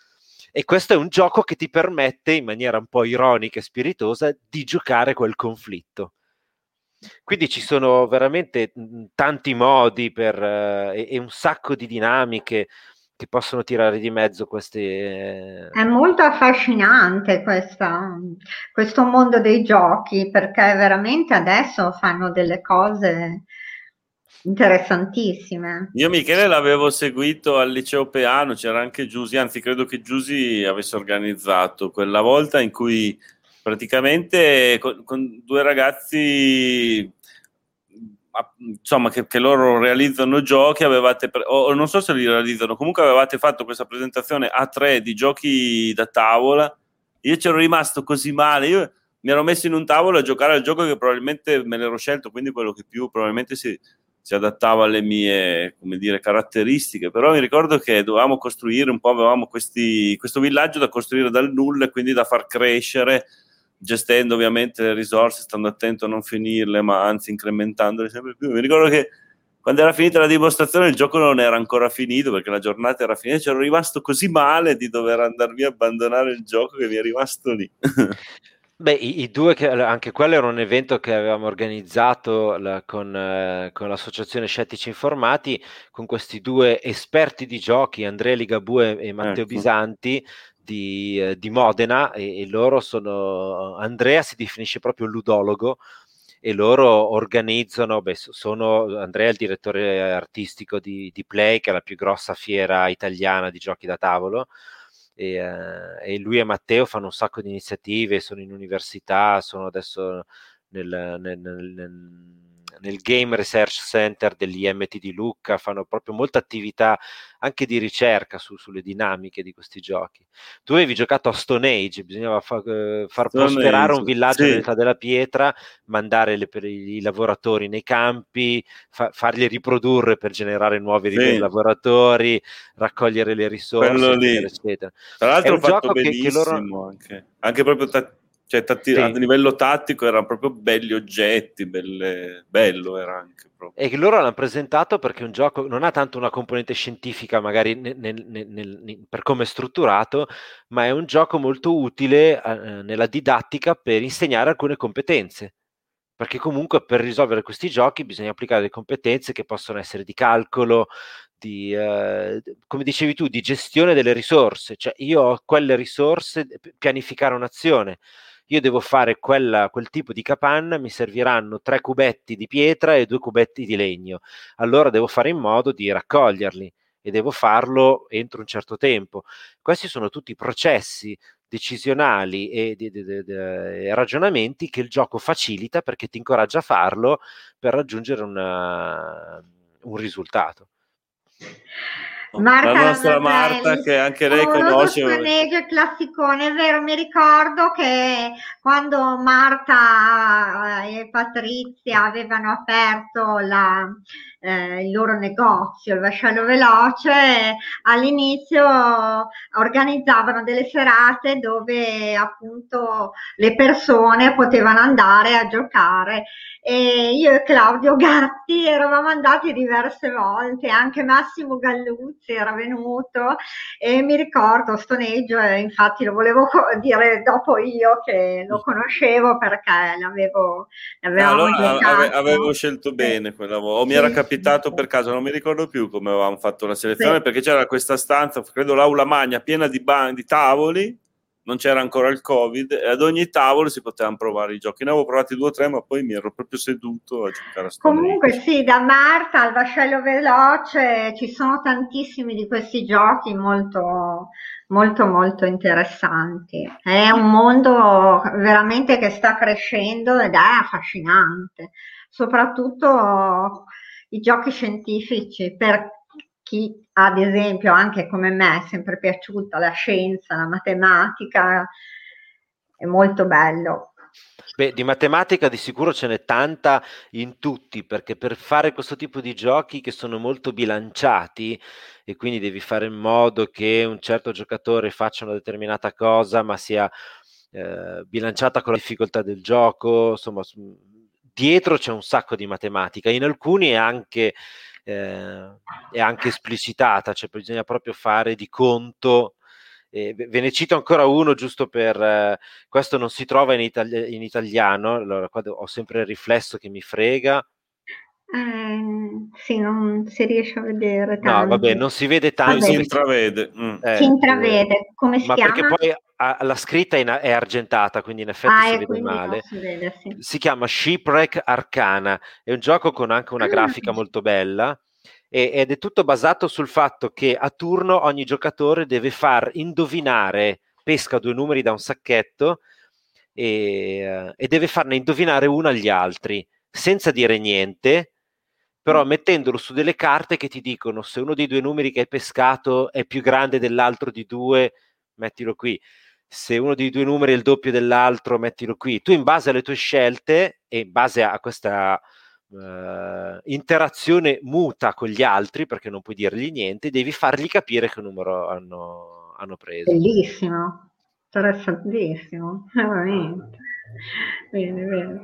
E questo è un gioco che ti permette, in maniera un po' ironica e spiritosa, di giocare quel conflitto. Quindi ci sono veramente mh, tanti modi per, eh, e, e un sacco di dinamiche che possono tirare di mezzo queste... Eh... È molto affascinante questa, questo mondo dei giochi, perché veramente adesso fanno delle cose interessantissime. Io Michele l'avevo seguito al liceo Peano, c'era anche Giusy, anzi credo che Giusy avesse organizzato quella volta in cui praticamente con, con due ragazzi, insomma, che, che loro realizzano giochi, avevate, o non so se li realizzano, comunque avevate fatto questa presentazione a tre di giochi da tavola. Io c'ero rimasto così male, io mi ero messo in un tavolo a giocare al gioco che probabilmente me l'ero scelto, quindi quello che più probabilmente si, si adattava alle mie, come dire, caratteristiche. Però mi ricordo che dovevamo costruire un po', avevamo questi, questo villaggio da costruire dal nulla e quindi da far crescere, gestendo ovviamente le risorse, stando attento a non finirle, ma anzi incrementandole sempre più. Mi ricordo che quando era finita la dimostrazione il gioco non era ancora finito perché la giornata era finita, c'ero rimasto così male di dover andare via a abbandonare il gioco che mi è rimasto lì. Beh, i, i due, che, anche quello era un evento che avevamo organizzato la, con, eh, con l'associazione Scettici Informati, con questi due esperti di giochi, Andrea Ligabue e Matteo Ecco. Bisanti, di, eh, di Modena, e, e loro sono, Andrea si definisce proprio ludologo, e loro organizzano, beh, sono, Andrea è il direttore artistico di, di Play, che è la più grossa fiera italiana di giochi da tavolo, e, uh, e lui e Matteo fanno un sacco di iniziative, sono in università, sono adesso nel, nel, nel, nel Game Research Center dell'I M T di Lucca, fanno proprio molta attività anche di ricerca su, sulle dinamiche di questi giochi. Tu avevi giocato a Stone Age, bisognava fa, uh, far Stone prosperare Age, un villaggio sì. nell'età della pietra, mandare le, per i lavoratori nei campi, fa, farli riprodurre per generare nuovi sì. lavoratori, raccogliere le risorse, eccetera, eccetera. Tra l'altro è un fatto gioco che, che loro... anche. anche proprio ta- cioè, tatti- sì. a livello tattico erano proprio belli oggetti, belle... bello era anche proprio. E che loro l'hanno presentato perché un gioco non ha tanto una componente scientifica magari nel, nel, nel, nel, per come è strutturato, ma è un gioco molto utile eh, nella didattica per insegnare alcune competenze, perché comunque per risolvere questi giochi bisogna applicare delle competenze che possono essere di calcolo, di, eh, come dicevi tu, di gestione delle risorse, cioè io ho quelle risorse, pianificare un'azione. Io devo fare quella, quel tipo di capanna, mi serviranno tre cubetti di pietra e due cubetti di legno. Allora devo fare in modo di raccoglierli e devo farlo entro un certo tempo. Questi sono tutti processi decisionali e di, di, di, di, ragionamenti che il gioco facilita perché ti incoraggia a farlo per raggiungere una, un risultato. Marta la nostra Lambertelli. Marta, che anche lei Oh, conosce. Stone Age classicone, è vero, mi ricordo che quando Marta e Patrizia avevano aperto la, eh, il loro negozio, il Vascello Veloce, all'inizio organizzavano delle serate dove appunto le persone potevano andare a giocare, e io e Claudio Gatti eravamo andati diverse volte, anche Massimo Galluzzi era venuto, e mi ricordo Stone Age, infatti lo volevo dire dopo io che lo conoscevo perché l'avevo, l'avevamo Ah, allora giocato. ave- avevo scelto Sì. bene quella volta, o mi Sì, era capitato sì. per caso, non mi ricordo più come avevamo fatto la selezione, Sì. perché c'era questa stanza, credo l'aula magna, piena di, ban- di tavoli, non c'era ancora il Covid, e ad ogni tavolo si potevano provare i giochi. Ne avevo provati due o tre, ma poi mi ero proprio seduto a giocare a Stone Comunque Age. sì, da Marta al Vascello Veloce ci sono tantissimi di questi giochi molto, molto, molto interessanti. È un mondo veramente che sta crescendo ed è affascinante, soprattutto i giochi scientifici, per chi ad esempio anche come me è sempre piaciuta la scienza, la matematica, è molto bello. Beh, di matematica di sicuro ce n'è tanta in tutti, perché per fare questo tipo di giochi che sono molto bilanciati e quindi devi fare in modo che un certo giocatore faccia una determinata cosa, ma sia eh, bilanciata con la difficoltà del gioco, insomma, dietro c'è un sacco di matematica, in alcuni è anche, eh, è anche esplicitata, cioè bisogna proprio fare di conto. Eh, ve ne cito ancora uno giusto per eh, questo non si trova in, itali- in italiano, allora qua ho sempre il riflesso che mi frega. Eh, sì, non si riesce a vedere No, tanto. vabbè, non si vede Si, tanto. si Vabbè, intravede. Mm. Eh, si eh, intravede. Come si ma perché chiama? poi ha- la scritta è, in- è argentata, quindi in effetti Ah, si e vede quindi non male. si vede, sì. Si chiama Shipwreck Arcana, è un gioco con anche una grafica Ah, molto bella e- ed è tutto basato sul fatto che a turno ogni giocatore deve far indovinare, pesca due numeri da un sacchetto e, eh, e deve farne indovinare uno agli altri senza dire niente, però mettendolo su delle carte che ti dicono se uno dei due numeri che hai pescato è più grande dell'altro di due, mettilo qui. Se uno dei due numeri è il doppio dell'altro, mettilo qui. Tu in base alle tue scelte e in base a questa uh, interazione muta con gli altri, perché non puoi dirgli niente, devi fargli capire che numero hanno, hanno preso. bellissimo, interessantissimo, veramente. Bene, bene.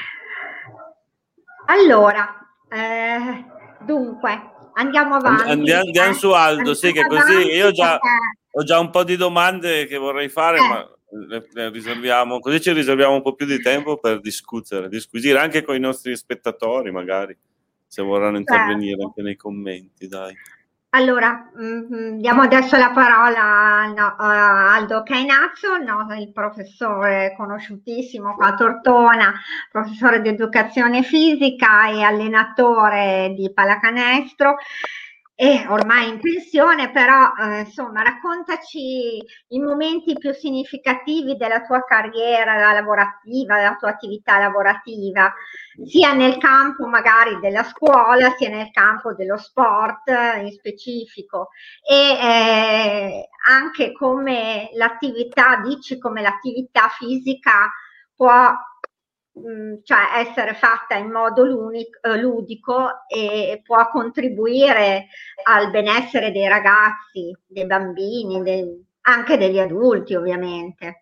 Allora, eh, dunque, andiamo avanti. Andiamo, andiamo eh? su Aldo, sì, che Andiamo così avanti io già, perché, ho già un po' di domande che vorrei fare, eh, ma le, le riserviamo, così ci riserviamo un po' più di tempo per discutere, disquisire anche con i nostri spettatori, magari, se vorranno intervenire certo. anche nei commenti, dai. Allora, mm, diamo adesso la parola a, no, a Aldo Cainazzo, no, il professore conosciutissimo qua a Tortona, professore di educazione fisica e allenatore di pallacanestro, e ormai in pensione, però eh, insomma raccontaci i momenti più significativi della tua carriera lavorativa, della tua attività lavorativa, sia nel campo magari della scuola, sia nel campo dello sport in specifico, e eh, anche come l'attività, dici come l'attività fisica può mh, cioè essere fatta in modo lunico, eh, ludico e può contribuire al benessere dei ragazzi, dei bambini, dei, anche degli adulti ovviamente.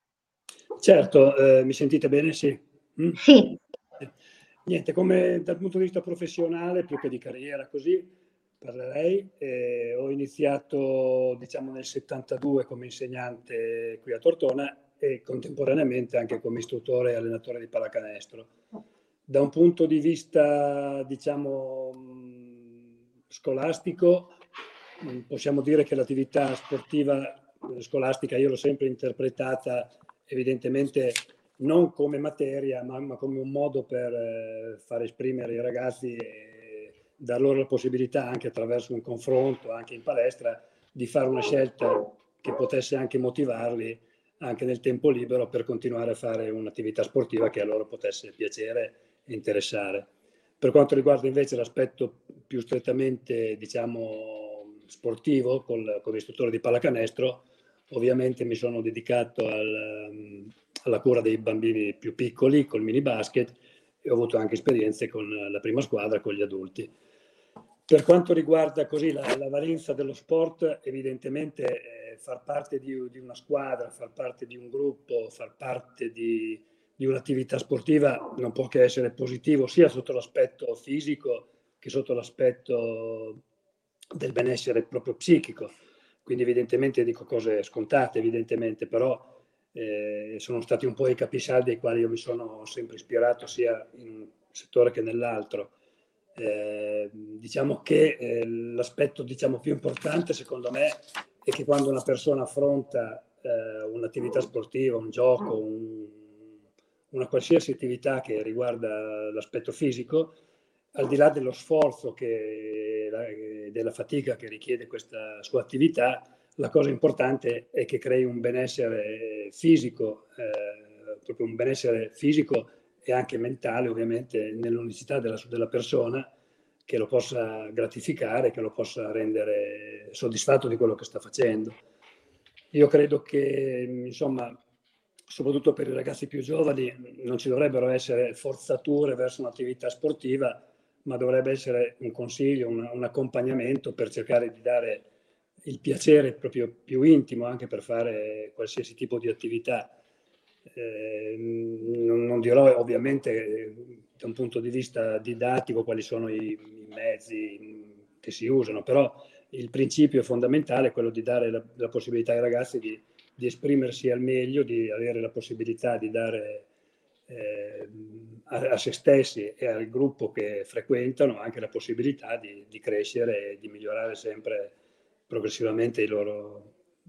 Certo, eh, mi sentite bene? Sì. Mm? Sì. Niente, come dal punto di vista professionale, più che di carriera, così parlerei. Eh, ho iniziato, diciamo, nel settantadue come insegnante qui a Tortona e contemporaneamente anche come istruttore e allenatore di pallacanestro. Da un punto di vista, diciamo, scolastico, possiamo dire che l'attività sportiva scolastica io l'ho sempre interpretata evidentemente non come materia, ma, ma come un modo per eh, far esprimere i ragazzi e dar loro la possibilità, anche attraverso un confronto, anche in palestra, di fare una scelta che potesse anche motivarli anche nel tempo libero per continuare a fare un'attività sportiva che a loro potesse piacere e interessare. Per quanto riguarda invece l'aspetto più strettamente, diciamo, sportivo col, con l'istruttore di pallacanestro, ovviamente mi sono dedicato al, alla cura dei bambini più piccoli col mini basket e ho avuto anche esperienze con la prima squadra, con gli adulti. Per quanto riguarda così la, la valenza dello sport, evidentemente eh, far parte di, di una squadra, far parte di un gruppo, far parte di, di un'attività sportiva non può che essere positivo sia sotto l'aspetto fisico che sotto l'aspetto del benessere proprio psichico. Quindi evidentemente dico cose scontate, evidentemente, però eh, sono stati un po' i capisaldi ai quali io mi sono sempre ispirato sia in un settore che nell'altro. Eh, diciamo che eh, l'aspetto diciamo, più importante secondo me è che quando una persona affronta eh, un'attività sportiva, un gioco, un, una qualsiasi attività che riguarda l'aspetto fisico, al di là dello sforzo che, della fatica che richiede questa sua attività, la cosa importante è che crei un benessere fisico, eh, proprio un benessere fisico e anche mentale, ovviamente, nell'unicità della, della persona, che lo possa gratificare, che lo possa rendere soddisfatto di quello che sta facendo. Io credo che, insomma, soprattutto per i ragazzi più giovani, non ci dovrebbero essere forzature verso un'attività sportiva, ma dovrebbe essere un consiglio, un, un accompagnamento per cercare di dare il piacere proprio più intimo anche per fare qualsiasi tipo di attività. Eh, non, non dirò ovviamente da un punto di vista didattico quali sono i, i mezzi che si usano, però il principio fondamentale è quello di dare la, la possibilità ai ragazzi di, di esprimersi al meglio, di avere la possibilità di dare eh, a, a se stessi e al gruppo che frequentano anche la possibilità di, di crescere e di migliorare sempre progressivamente i loro,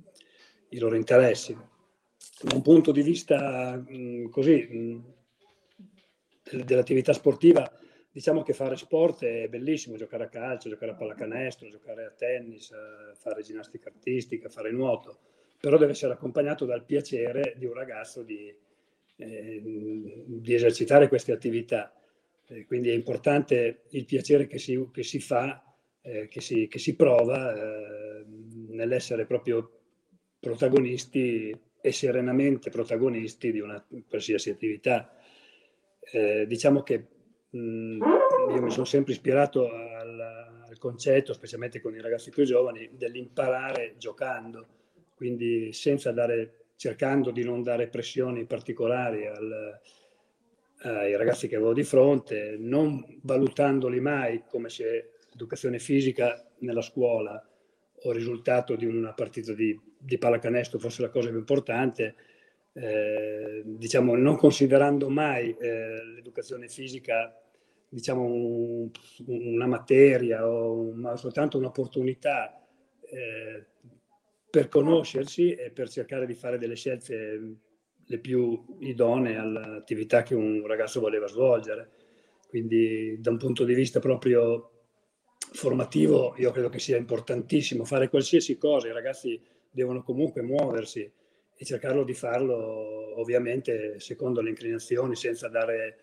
i loro interessi. Da un punto di vista mh, così mh, dell'attività sportiva, diciamo che fare sport è bellissimo, giocare a calcio, giocare a pallacanestro, giocare a tennis, fare ginnastica artistica, fare nuoto, però deve essere accompagnato dal piacere di un ragazzo di, eh, di esercitare queste attività. Eh, quindi è importante il piacere che si, che si fa, eh, che, si, che si prova eh, nell'essere proprio protagonisti e serenamente protagonisti di una qualsiasi attività. Eh, diciamo che mh, io mi sono sempre ispirato al, al concetto, specialmente con i ragazzi più giovani, dell'imparare giocando, quindi senza dare, cercando di non dare pressioni particolari al, ai ragazzi che avevo di fronte, non valutandoli mai come se l'educazione fisica nella scuola o il risultato di una partita di, di pallacanestro fosse la cosa più importante, eh, diciamo non considerando mai eh, l'educazione fisica diciamo un, una materia o un, ma soltanto un'opportunità eh, per conoscersi e per cercare di fare delle scelte le più idonee all'attività che un ragazzo voleva svolgere. Quindi da un punto di vista proprio formativo io credo che sia importantissimo fare qualsiasi cosa, i ragazzi devono comunque muoversi e cercarlo di farlo ovviamente secondo le inclinazioni, senza dare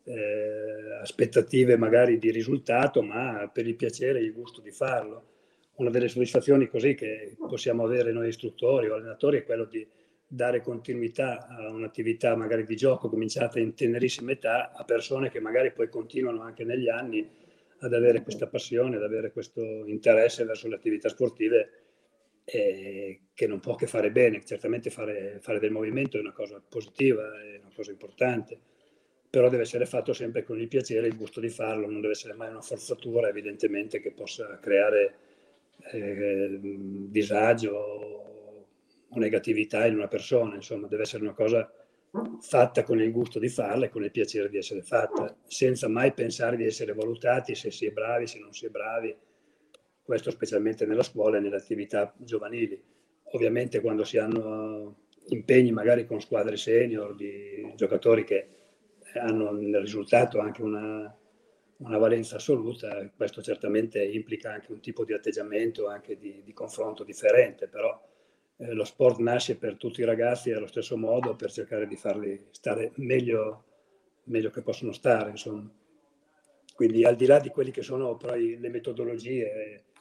eh, aspettative magari di risultato, ma per il piacere e il gusto di farlo. Una delle soddisfazioni così che possiamo avere noi istruttori o allenatori è quello di dare continuità a un'attività magari di gioco cominciata in tenerissima età a persone che magari poi continuano anche negli anni ad avere questa passione, ad avere questo interesse verso le attività sportive eh, che non può che fare bene. Certamente fare, fare del movimento è una cosa positiva, è una cosa importante, però deve essere fatto sempre con il piacere e il gusto di farlo, non deve essere mai una forzatura evidentemente che possa creare eh, disagio o negatività in una persona. Insomma, deve essere una cosa fatta con il gusto di farla e con il piacere di essere fatta, senza mai pensare di essere valutati se si è bravi, se non si è bravi. Questo specialmente nella scuola e nelle attività giovanili. Ovviamente quando si hanno impegni magari con squadre senior di giocatori che hanno nel risultato anche una, una valenza assoluta, questo certamente implica anche un tipo di atteggiamento, anche di, di confronto differente, però eh, lo sport nasce per tutti i ragazzi allo stesso modo per cercare di farli stare meglio, meglio che possono stare, insomma. Quindi al di là di quelli che sono poi le metodologie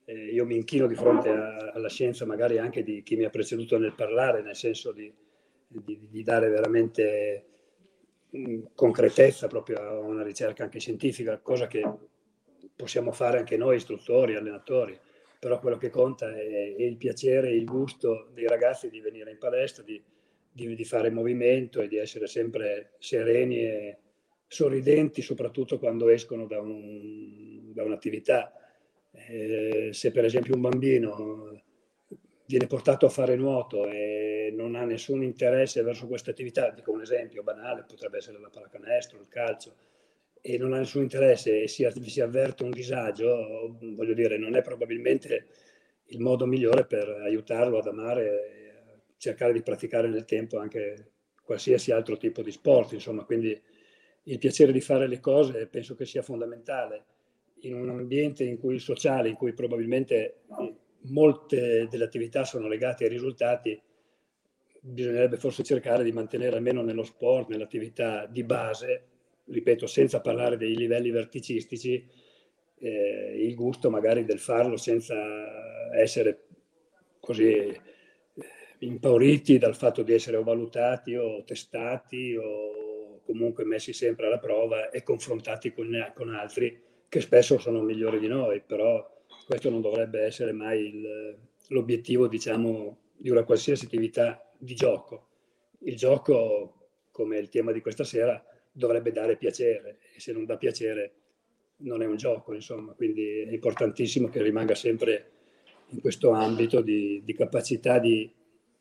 eh, io mi inchino di fronte a, alla scienza magari anche di chi mi ha preceduto nel parlare, nel senso di, di, di dare veramente mh, concretezza proprio a una ricerca anche scientifica, cosa che possiamo fare anche noi istruttori, allenatori, però quello che conta è, è il piacere e il gusto dei ragazzi di venire in palestra, di, di, di fare movimento e di essere sempre sereni e sorridenti, soprattutto quando escono da, un, da un'attività. Eh, se per esempio un bambino viene portato a fare nuoto e non ha nessun interesse verso questa attività, dico un esempio banale, potrebbe essere la pallacanestro, il calcio, e non ha nessun interesse e si, si avverte un disagio, voglio dire, non è probabilmente il modo migliore per aiutarlo ad amare e cercare di praticare nel tempo anche qualsiasi altro tipo di sport, insomma. Quindi il piacere di fare le cose penso che sia fondamentale in un ambiente in cui sociale, in cui probabilmente molte delle attività sono legate ai risultati. Bisognerebbe forse cercare di mantenere almeno nello sport, nell'attività di base, ripeto, senza parlare dei livelli verticistici, eh, il gusto magari del farlo senza essere così eh, impauriti dal fatto di essere o valutati o testati o comunque messi sempre alla prova e confrontati con, con altri che spesso sono migliori di noi, però questo non dovrebbe essere mai il, l'obiettivo, diciamo, di una qualsiasi attività di gioco. Il gioco, come il tema di questa sera, dovrebbe dare piacere, e se non dà piacere non è un gioco, insomma. Quindi è importantissimo che rimanga sempre in questo ambito di, di capacità di,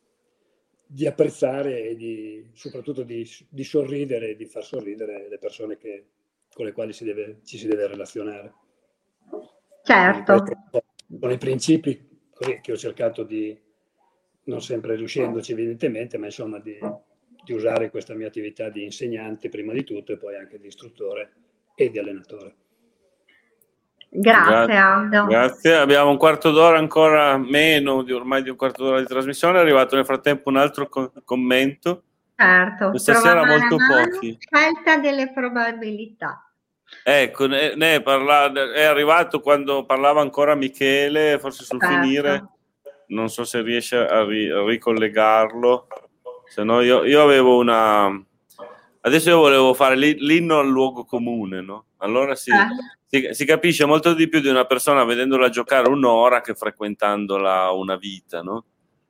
di apprezzare e di, soprattutto di, di sorridere e di far sorridere le persone che, con le quali si deve, ci si deve relazionare. Certo. Sono i principi così, che ho cercato di, non sempre riuscendoci evidentemente, ma insomma di, di usare questa mia attività di insegnante prima di tutto e poi anche di istruttore e di allenatore. Grazie Aldo. Grazie, abbiamo un quarto d'ora ancora meno, di ormai di un quarto d'ora di trasmissione, è arrivato nel frattempo un altro co- commento. Certo, questa sera molto mano, pochi. Scelta delle probabilità. Ecco, ne, ne parla, è arrivato quando parlava ancora Michele, forse sul Certo. finire, non so se riesce a, ri, a ricollegarlo, se no io, io avevo una... Adesso io volevo fare l'inno al luogo comune, no? Allora si, eh. si, si capisce molto di più di una persona vedendola giocare un'ora che frequentandola una vita, no?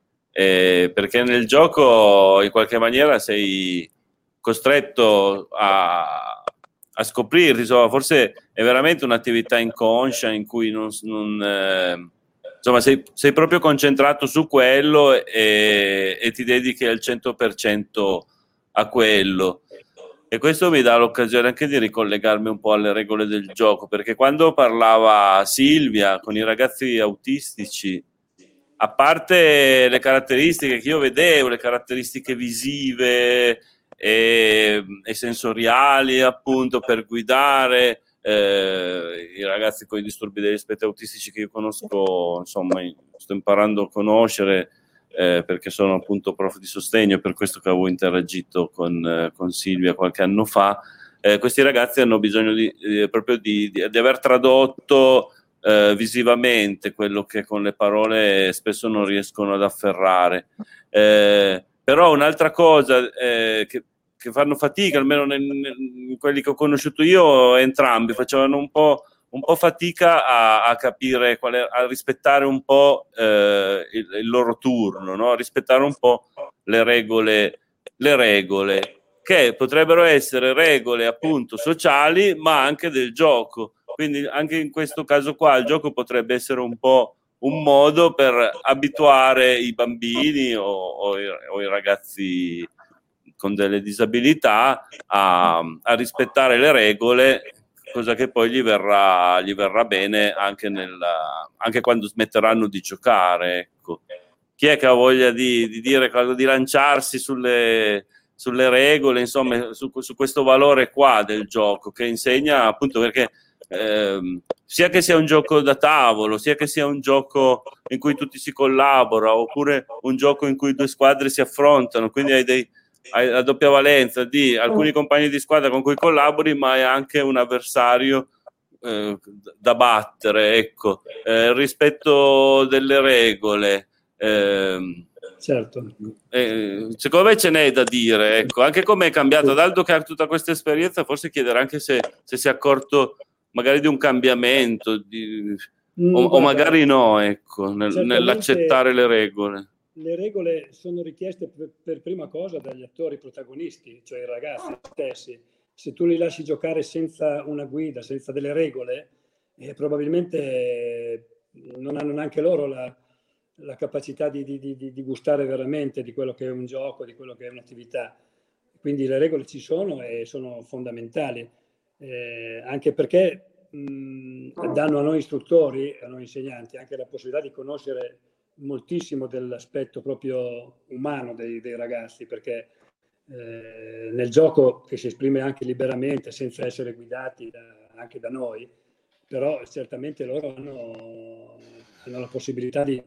Eh, perché nel gioco in qualche maniera sei costretto a, a scoprirti, insomma, forse è veramente un'attività inconscia in cui non, non eh, insomma sei, sei proprio concentrato su quello e, e ti dedichi al cento per cento a quello. E questo mi dà l'occasione anche di ricollegarmi un po' alle regole del gioco, perché quando parlava Silvia con i ragazzi autistici, a parte le caratteristiche che io vedevo, le caratteristiche visive e, e sensoriali appunto per guidare, eh, i ragazzi con i disturbi degli spettri autistici che io conosco, insomma, sto imparando a conoscere, Eh, perché sono appunto prof di sostegno, per questo che avevo interagito con, eh, con Silvia qualche anno fa. Eh, questi ragazzi hanno bisogno di, eh, proprio di, di, di aver tradotto eh, visivamente quello che con le parole spesso non riescono ad afferrare. Eh, però un'altra cosa eh, che, che fanno fatica, almeno nel, nel, in quelli che ho conosciuto io, entrambi facevano un po' un po' fatica a, a capire, qual è, a rispettare un po' eh, il, il loro turno, no? A rispettare un po' le regole, le regole, che potrebbero essere regole appunto sociali, ma anche del gioco. Quindi anche in questo caso qua il gioco potrebbe essere un po' un modo per abituare i bambini o, o, i, o i ragazzi con delle disabilità a, a rispettare le regole, cosa che poi gli verrà, gli verrà bene anche, nel, anche quando smetteranno di giocare. Ecco. Chi è che ha voglia di, di dire, di lanciarsi sulle, sulle regole, insomma, su, su questo valore qua del gioco, che insegna appunto perché eh, sia che sia un gioco da tavolo, sia che sia un gioco in cui tutti si collabora, oppure un gioco in cui due squadre si affrontano, quindi hai dei hai la doppia valenza di alcuni compagni di squadra con cui collabori, ma hai anche un avversario eh, da battere, ecco, eh, il rispetto delle regole. Eh, certo. Eh, secondo me ce n'è da dire, ecco, anche come è cambiata. Daldo che ha tutta questa esperienza, forse chiedere anche se, se si è accorto magari di un cambiamento, di, mm, o, o magari no, ecco, nel, nell'accettare le regole. Le regole sono richieste per, per prima cosa dagli attori protagonisti, cioè i ragazzi stessi. Se tu li lasci giocare senza una guida, senza delle regole, eh, probabilmente non hanno neanche loro la, la capacità di, di, di, di gustare veramente di quello che è un gioco, di quello che è un'attività. Quindi le regole ci sono e sono fondamentali, eh, anche perché mh, danno a noi istruttori, a noi insegnanti, anche la possibilità di conoscere moltissimo dell'aspetto proprio umano dei, dei ragazzi, perché eh, nel gioco, che si esprime anche liberamente senza essere guidati da, anche da noi, però certamente loro hanno, hanno la possibilità di,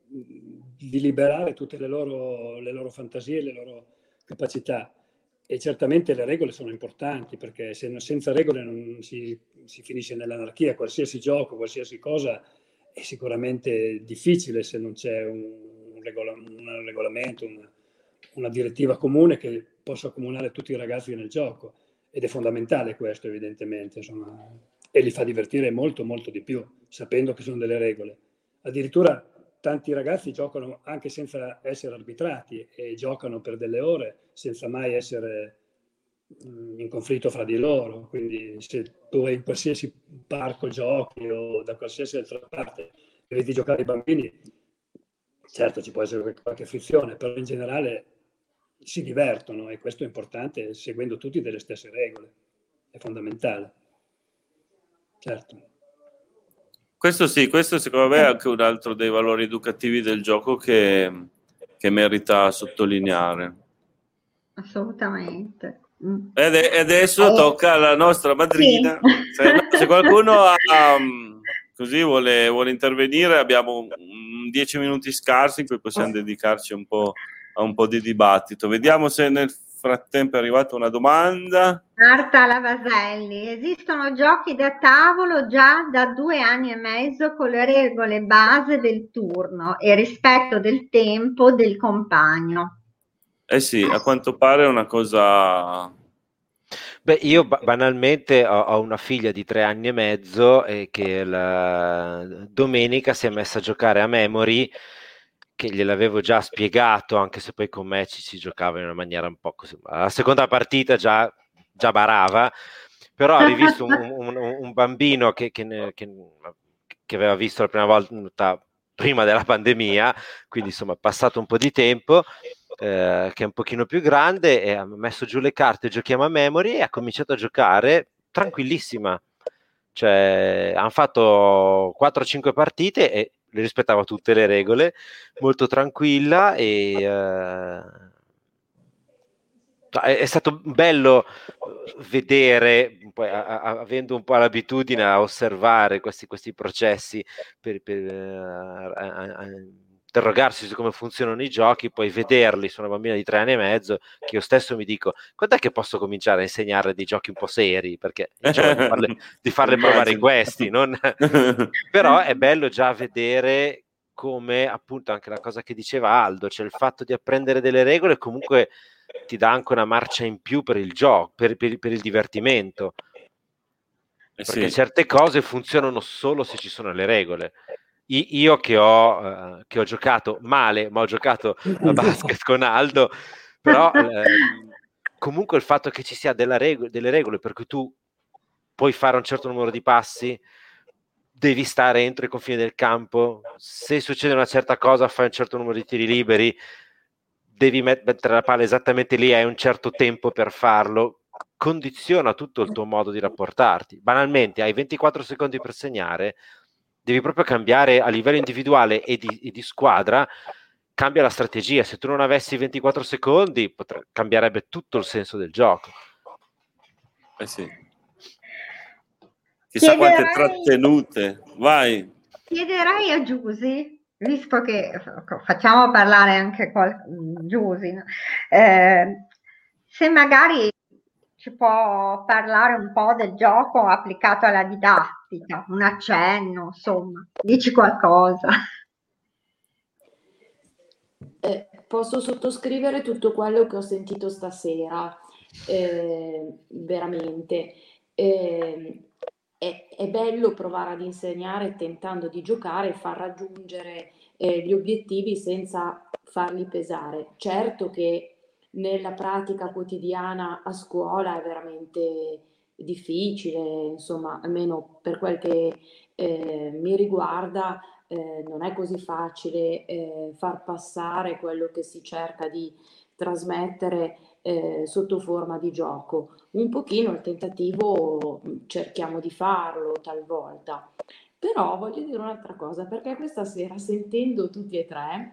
di liberare tutte le loro, le loro fantasie, le loro capacità, e certamente le regole sono importanti, perché se, senza regole non si, si finisce nell'anarchia. Qualsiasi gioco, qualsiasi cosa è sicuramente difficile se non c'è un, un, regola, un regolamento, una, una direttiva comune che possa accomunare tutti i ragazzi nel gioco, ed è fondamentale questo, evidentemente, insomma, e li fa divertire molto molto di più sapendo che sono delle regole. Addirittura tanti ragazzi giocano anche senza essere arbitrati e giocano per delle ore senza mai essere in conflitto fra di loro. Quindi se tu in qualsiasi parco giochi o da qualsiasi altra parte e vedi giocare i bambini, certo ci può essere qualche frizione, però in generale si divertono, e questo è importante, seguendo tutti delle stesse regole, è fondamentale. Certo. Questo sì, questo secondo me è anche un altro dei valori educativi del gioco che, che merita sottolineare. Assolutamente. Mm. Ed e adesso tocca alla nostra madrina. Sì. Se, no, se qualcuno ha, um, così vuole, vuole intervenire, abbiamo um, dieci minuti scarsi in cui possiamo dedicarci un po' a un po' di dibattito. Vediamo se nel frattempo è arrivata una domanda. Marta Lavaselli: esistono giochi da tavolo già da due anni e mezzo con le regole base del turno e rispetto del tempo del compagno. Eh sì, a quanto pare è una cosa... Beh, io banalmente ho, ho una figlia di tre anni e mezzo e che la domenica si è messa a giocare a Memory, che gliel'avevo già spiegato, anche se poi con me ci si giocava in una maniera un po' così. La seconda partita già, già barava, però ha rivisto un, un, un bambino che, che, che, che aveva visto la prima volta prima della pandemia, quindi insomma passato un po' di tempo, eh, che è un pochino più grande, e ha messo giù le carte, giochiamo a Memory, e ha cominciato a giocare tranquillissima. Cioè hanno fatto quattro cinque partite e le rispettava tutte le regole, molto tranquilla, e eh, è, è stato bello vedere, poi, a, a, avendo un po' l'abitudine a osservare questi, questi processi, per, per uh, a, a interrogarsi su come funzionano i giochi, poi vederli su una bambina di tre anni e mezzo, che io stesso mi dico, quando è che posso cominciare a insegnare dei giochi un po' seri, perché diciamo di farle, di farle provare questi, non... però è bello già vedere come, appunto, anche la cosa che diceva Aldo, cioè il fatto di apprendere delle regole comunque ti dà anche una marcia in più per il gioco, per, per, per il divertimento, eh perché sì. certe cose funzionano solo se ci sono le regole. I, io che ho, uh, che ho giocato male, ma ho giocato a basket con Aldo, però eh, comunque il fatto che ci sia della rego- delle regole per cui tu puoi fare un certo numero di passi, devi stare entro i confini del campo, se succede una certa cosa fai un certo numero di tiri liberi, devi mettere la palla esattamente lì, hai un certo tempo per farlo, condiziona tutto il tuo modo di rapportarti. Banalmente hai ventiquattro secondi per segnare, devi proprio cambiare a livello individuale e di, e di squadra, cambia la strategia. Se tu non avessi ventiquattro secondi potre, cambierebbe tutto il senso del gioco. Eh sì. Chissà chiederei, quante trattenute. Vai. Chiederei a Giusy, visto che facciamo parlare anche qual- Giusy, eh, se magari ci può parlare un po' del gioco applicato alla didattica, didattica, un accenno, insomma, dici qualcosa. Eh, posso sottoscrivere tutto quello che ho sentito stasera, eh, veramente. Eh, è, è bello provare ad insegnare tentando di giocare e far raggiungere eh, gli obiettivi senza farli pesare. Certo che nella pratica quotidiana a scuola è veramente difficile, insomma, almeno per quel che eh, mi riguarda, eh, non è così facile eh, far passare quello che si cerca di trasmettere eh, sotto forma di gioco. Un pochino il tentativo cerchiamo di farlo talvolta, però voglio dire un'altra cosa, perché questa sera sentendo tutti e tre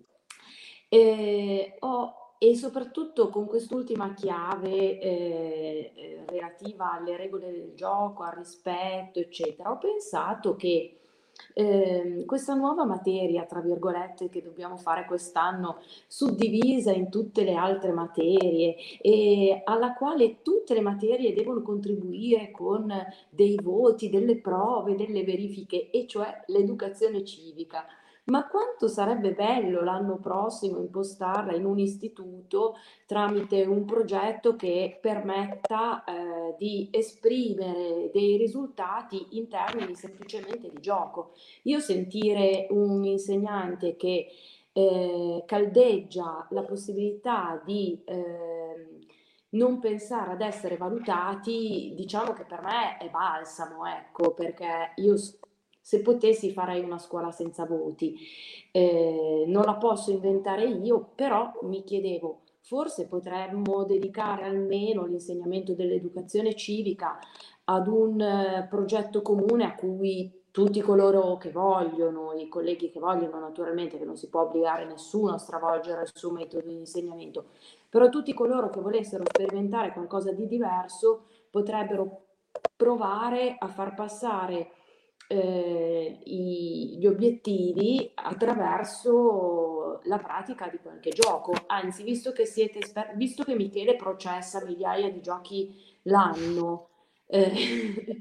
eh, ho e soprattutto con quest'ultima chiave eh, eh, relativa alle regole del gioco, al rispetto, eccetera, ho pensato che eh, questa nuova materia, tra virgolette, che dobbiamo fare quest'anno, suddivisa in tutte le altre materie e alla quale tutte le materie devono contribuire con dei voti, delle prove, delle verifiche, e cioè l'educazione civica. Ma quanto sarebbe bello l'anno prossimo impostarla in un istituto tramite un progetto che permetta eh, di esprimere dei risultati in termini semplicemente di gioco. Io sentire un insegnante che eh, caldeggia la possibilità di eh, non pensare ad essere valutati, diciamo che per me è balsamo, ecco, perché io se potessi farei una scuola senza voti. Eh, non la posso inventare io, però mi chiedevo, forse potremmo dedicare almeno l'insegnamento dell'educazione civica ad un eh, progetto comune a cui tutti coloro che vogliono, i colleghi che vogliono, naturalmente, che non si può obbligare nessuno a stravolgere il suo metodo di insegnamento, però tutti coloro che volessero sperimentare qualcosa di diverso potrebbero provare a far passare eh, i, gli obiettivi attraverso la pratica di qualche gioco. Anzi, visto che siete esperti, visto che Michele processa migliaia di giochi l'anno, eh,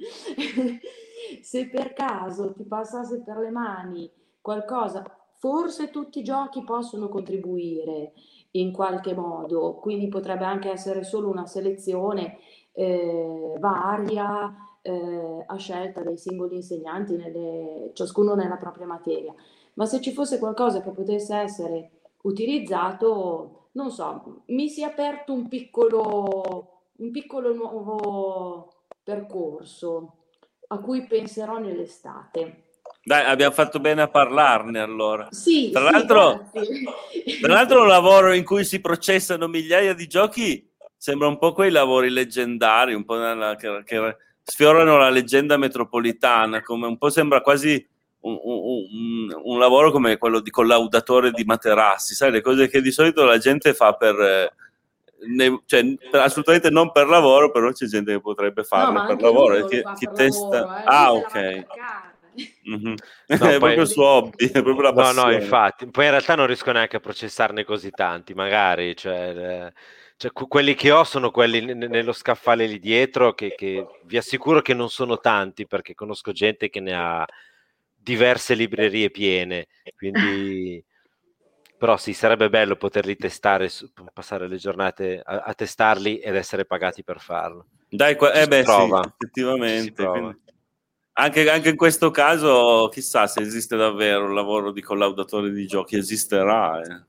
se per caso ti passasse per le mani qualcosa, forse tutti i giochi possono contribuire in qualche modo, quindi potrebbe anche essere solo una selezione eh, varia eh, a scelta dei singoli insegnanti, nelle, ciascuno nella propria materia. Ma se ci fosse qualcosa che potesse essere utilizzato, non so, mi si è aperto un piccolo, un piccolo nuovo percorso a cui penserò nell'estate. Dai, abbiamo fatto bene a parlarne allora. Sì, Tra sì, l'altro, grazie. tra l'altro un lavoro in cui si processano migliaia di giochi sembra un po' quei lavori leggendari, un po' nella, che, che sfiorano la leggenda metropolitana, come un po' sembra quasi un, un, un, un lavoro come quello di collaudatore di materassi, sai, le cose che di solito la gente fa per... Eh, ne, cioè, per, assolutamente non per lavoro, però c'è gente che potrebbe farlo No, per anche lavoro. lui non Chi, lo fa chi per testa... lavoro, eh. Ah, Lui se ok. la va a cercare. Mm-hmm. No, È poi... proprio il suo hobby, è proprio la No, passione. no, infatti, poi in realtà non riesco neanche a processarne così tanti, magari, cioè, le- cioè, que- quelli che ho sono quelli ne- nello scaffale lì dietro, che, che vi assicuro che non sono tanti, perché conosco gente che ne ha diverse librerie piene, quindi... Però sì, sarebbe bello poterli testare, su- passare le giornate a, a testarli ed essere pagati per farlo. Dai, qua- Ci eh si beh, sì, prova, ci si effettivamente. prova. Quindi... Anche, anche in questo caso, chissà se esiste davvero un lavoro di collaudatore di giochi, esisterà. Eh.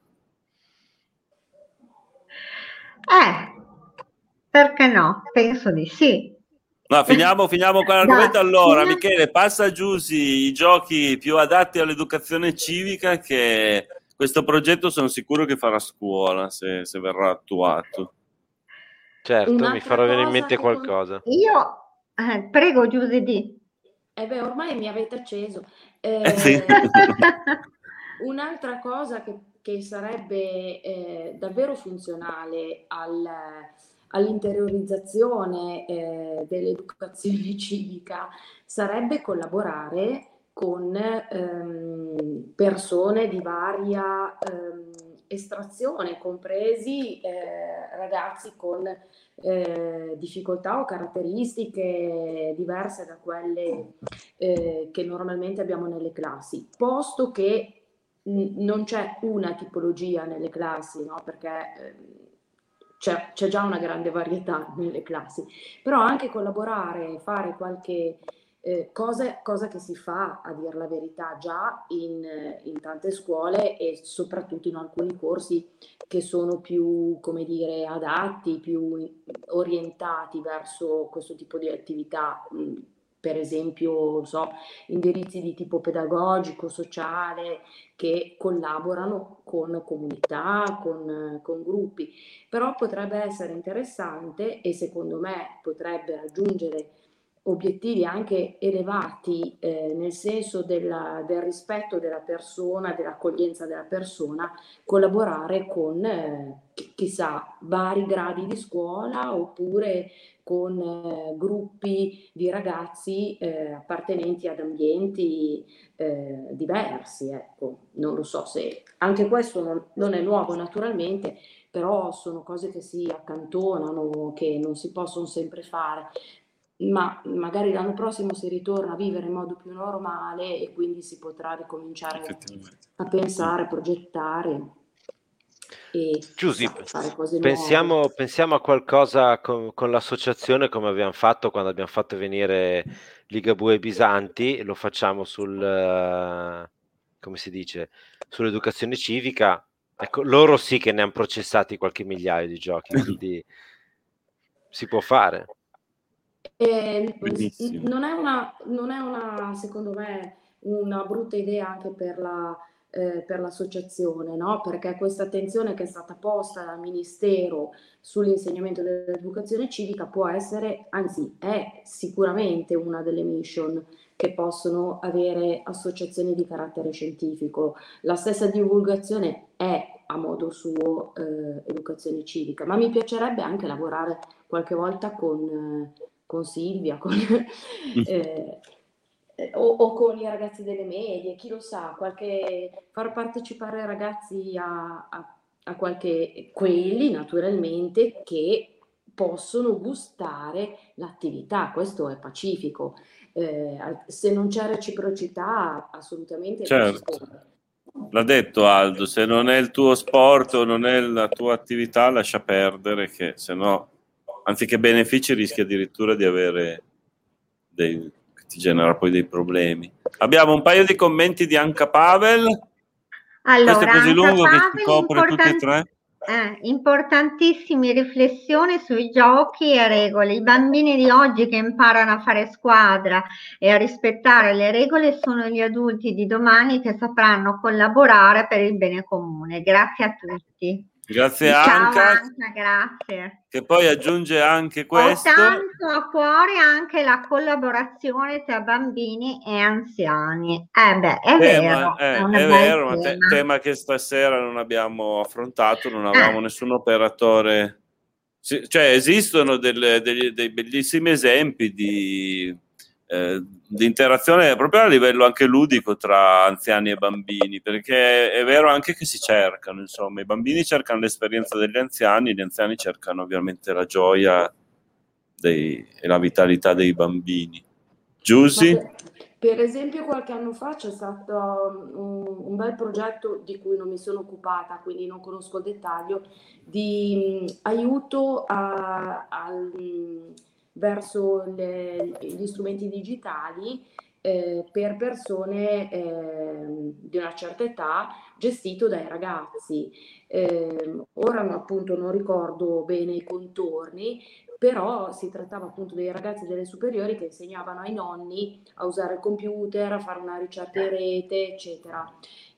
Eh, perché no? Penso di sì. No, finiamo, finiamo con l'argomento. Dai, Allora, finiamo. Michele, passa giù sì, i giochi più adatti all'educazione civica, che questo progetto sono sicuro che farà scuola se, se verrà attuato. Certo, mi Un'altra farà venire in cosa mente che con- qualcosa. Io, eh, prego Giuse di. Eh beh, ormai mi avete acceso. Eh, sì. Eh, un'altra cosa che, che sarebbe eh, davvero funzionale al, all'interiorizzazione eh, dell'educazione civica sarebbe collaborare con ehm, persone di varia ehm, estrazione, compresi eh, ragazzi con eh, difficoltà o caratteristiche diverse da quelle eh, che normalmente abbiamo nelle classi, posto che mh, non c'è una tipologia nelle classi, no? Perché eh, c'è, c'è già una grande varietà nelle classi, però anche collaborare, fare qualche Eh, cosa, cosa che si fa, a dir la verità, già in, in tante scuole e soprattutto in alcuni corsi che sono più, come dire, adatti, più orientati verso questo tipo di attività. Per esempio, non so, indirizzi di tipo pedagogico, sociale, che collaborano con comunità, con, con gruppi. Però potrebbe essere interessante e secondo me potrebbe raggiungere obiettivi anche elevati eh, nel senso della, del rispetto della persona, dell'accoglienza della persona, collaborare con eh, chissà vari gradi di scuola oppure con eh, gruppi di ragazzi eh, appartenenti ad ambienti eh, diversi, ecco. Non lo so se anche questo non, non è nuovo naturalmente, però sono cose che si accantonano, che non si possono sempre fare. Ma magari l'anno prossimo si ritorna a vivere in modo più normale e quindi si potrà ricominciare a pensare, a progettare e Giuseppe, fare cose pensiamo, nuove. pensiamo a qualcosa con, con l'associazione, come abbiamo fatto quando abbiamo fatto venire Ligabue e Bisanti, lo facciamo sul, uh, come si dice, sull'educazione civica. Ecco, loro sì che ne hanno processati qualche migliaio di giochi, quindi si può fare. E non è una, non è una, secondo me, una brutta idea anche per la, eh, per l'associazione, no? Perché questa attenzione che è stata posta dal Ministero sull'insegnamento dell'educazione civica può essere, anzi è sicuramente una delle mission che possono avere associazioni di carattere scientifico. La stessa divulgazione è a modo suo eh, educazione civica, ma mi piacerebbe anche lavorare qualche volta con... Eh, con Silvia, con, eh, o, o con i ragazzi delle medie, chi lo sa, qualche, far partecipare i ragazzi a, a, a qualche, quelli naturalmente che possono gustare l'attività, questo è pacifico. Eh, se non c'è reciprocità, assolutamente certo. non si può. L'ha detto Aldo, se non è il tuo sport o non è la tua attività, lascia perdere, che se no, anziché benefici, rischi addirittura di avere dei, che ti genera poi dei problemi. Abbiamo un paio di commenti di Anca Pavel. Allora, questo è così Anca lungo Pavel, che ci copre tutti e tre. Eh, importantissime riflessioni sui giochi e regole. I bambini di oggi che imparano a fare squadra e a rispettare le regole sono gli adulti di domani che sapranno collaborare per il bene comune. Grazie a tutti. Grazie Ciao Anca, Anca, grazie. che poi aggiunge anche Ho questo. tanto a cuore anche la collaborazione tra bambini e anziani. Eh beh, è Tema, vero, eh, è un è bel vero, ma te- tema. tema che stasera non abbiamo affrontato, non avevamo Eh. nessun operatore. Sì, cioè esistono delle- degli- dei bellissimi esempi di, eh, di interazione proprio a livello anche ludico tra anziani e bambini, perché è vero anche che si cercano, insomma, i bambini cercano l'esperienza degli anziani, gli anziani cercano ovviamente la gioia dei- e la vitalità dei bambini. Giusy? Per, per esempio qualche anno fa c'è stato un, un bel progetto di cui non mi sono occupata, quindi non conosco il dettaglio, di mh, aiuto a, al, mh, verso le, gli strumenti digitali eh, per persone eh, di una certa età, gestito dai ragazzi. Eh, ora appunto non ricordo bene i contorni, però si trattava appunto dei ragazzi delle superiori che insegnavano ai nonni a usare il computer, a fare una ricerca in rete, eccetera.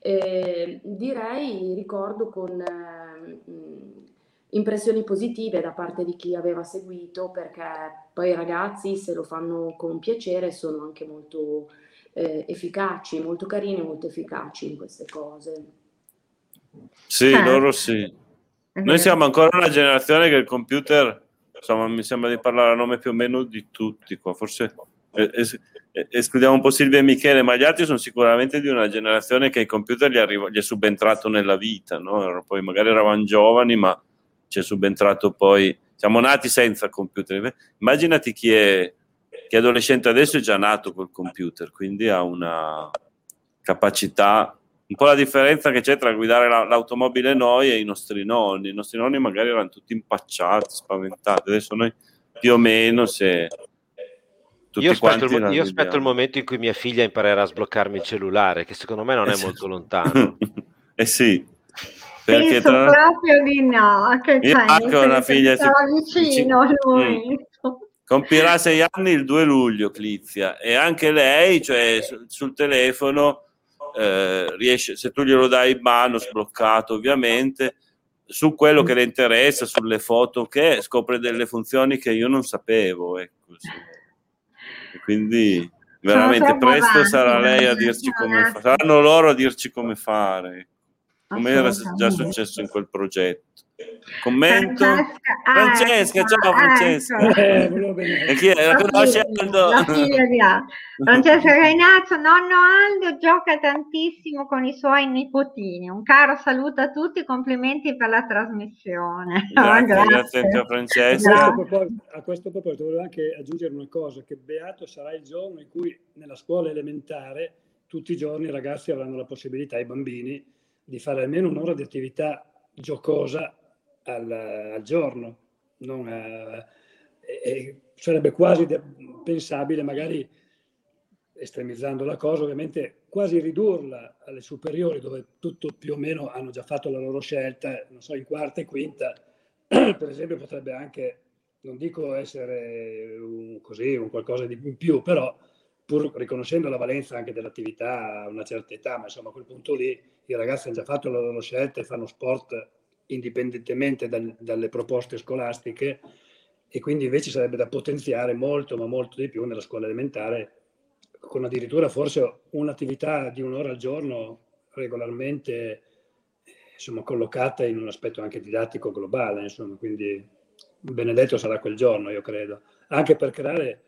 Eh, direi, ricordo con eh, impressioni positive da parte di chi aveva seguito, perché poi i ragazzi, se lo fanno con piacere, sono anche molto eh, efficaci, molto carini, molto efficaci in queste cose. Sì, Certo. loro sì. Noi siamo ancora una generazione che il computer, insomma, mi sembra di parlare a nome più o meno di tutti qua, forse es- escludiamo un po' Silvia e Michele, ma gli altri sono sicuramente di una generazione che il computer gli, arriva, gli è subentrato nella vita, no? Poi magari eravamo giovani, ma ci è subentrato poi, siamo nati senza computer. Immaginati chi è, chi è adolescente adesso è già nato col computer, quindi ha una capacità, un po' la differenza che c'è tra guidare la, l'automobile noi e i nostri nonni. I nostri nonni magari erano tutti impacciati, spaventati, adesso noi più o meno se... Io aspetto, il, io aspetto il momento in cui mia figlia imparerà a sbloccarmi il cellulare, che secondo me non è molto lontano. Eh sì, perché penso tra... proprio di no, che io anche ho una figlia sarà vicino al momento. Mm. Compirà sei anni il due luglio Clizia, e anche lei, cioè sul, sul telefono eh, riesce, se tu glielo dai in mano sbloccato ovviamente, su quello che le interessa, sulle foto, che scopre delle funzioni che io non sapevo, ecco, sì. E quindi veramente presto avanti, sarà lei a dirci come fare, saranno loro a dirci come fare, come era già successo in quel progetto. Commento? Francesca, Francesca, ecco, ciao Francesca. Ecco. E chi è? La conosce Aldo? La figlia di Aldo. Francesca Reinazzo, nonno Aldo gioca tantissimo con i suoi nipotini. Un caro saluto a tutti, complimenti per la trasmissione. Grazie, oh, grazie. grazie anche a Francesca. A questo, proposito, a questo proposito volevo anche aggiungere una cosa, che beato sarà il giorno in cui nella scuola elementare tutti i giorni i ragazzi avranno la possibilità, i bambini, di fare almeno un'ora di attività giocosa al, al giorno. Non, eh, e sarebbe quasi de- pensabile, magari estremizzando la cosa, ovviamente quasi ridurla alle superiori, dove tutto più o meno hanno già fatto la loro scelta, non so, in quarta e quinta, per esempio potrebbe anche, non dico essere un, così, un qualcosa di in più, però pur riconoscendo la valenza anche dell'attività a una certa età, ma insomma a quel punto lì i ragazzi hanno già fatto la loro scelta e fanno sport indipendentemente dal, dalle proposte scolastiche, e quindi invece sarebbe da potenziare molto, ma molto di più nella scuola elementare, con addirittura forse un'attività di un'ora al giorno regolarmente, insomma, collocata in un aspetto anche didattico globale, insomma, quindi benedetto sarà quel giorno, io credo, anche per creare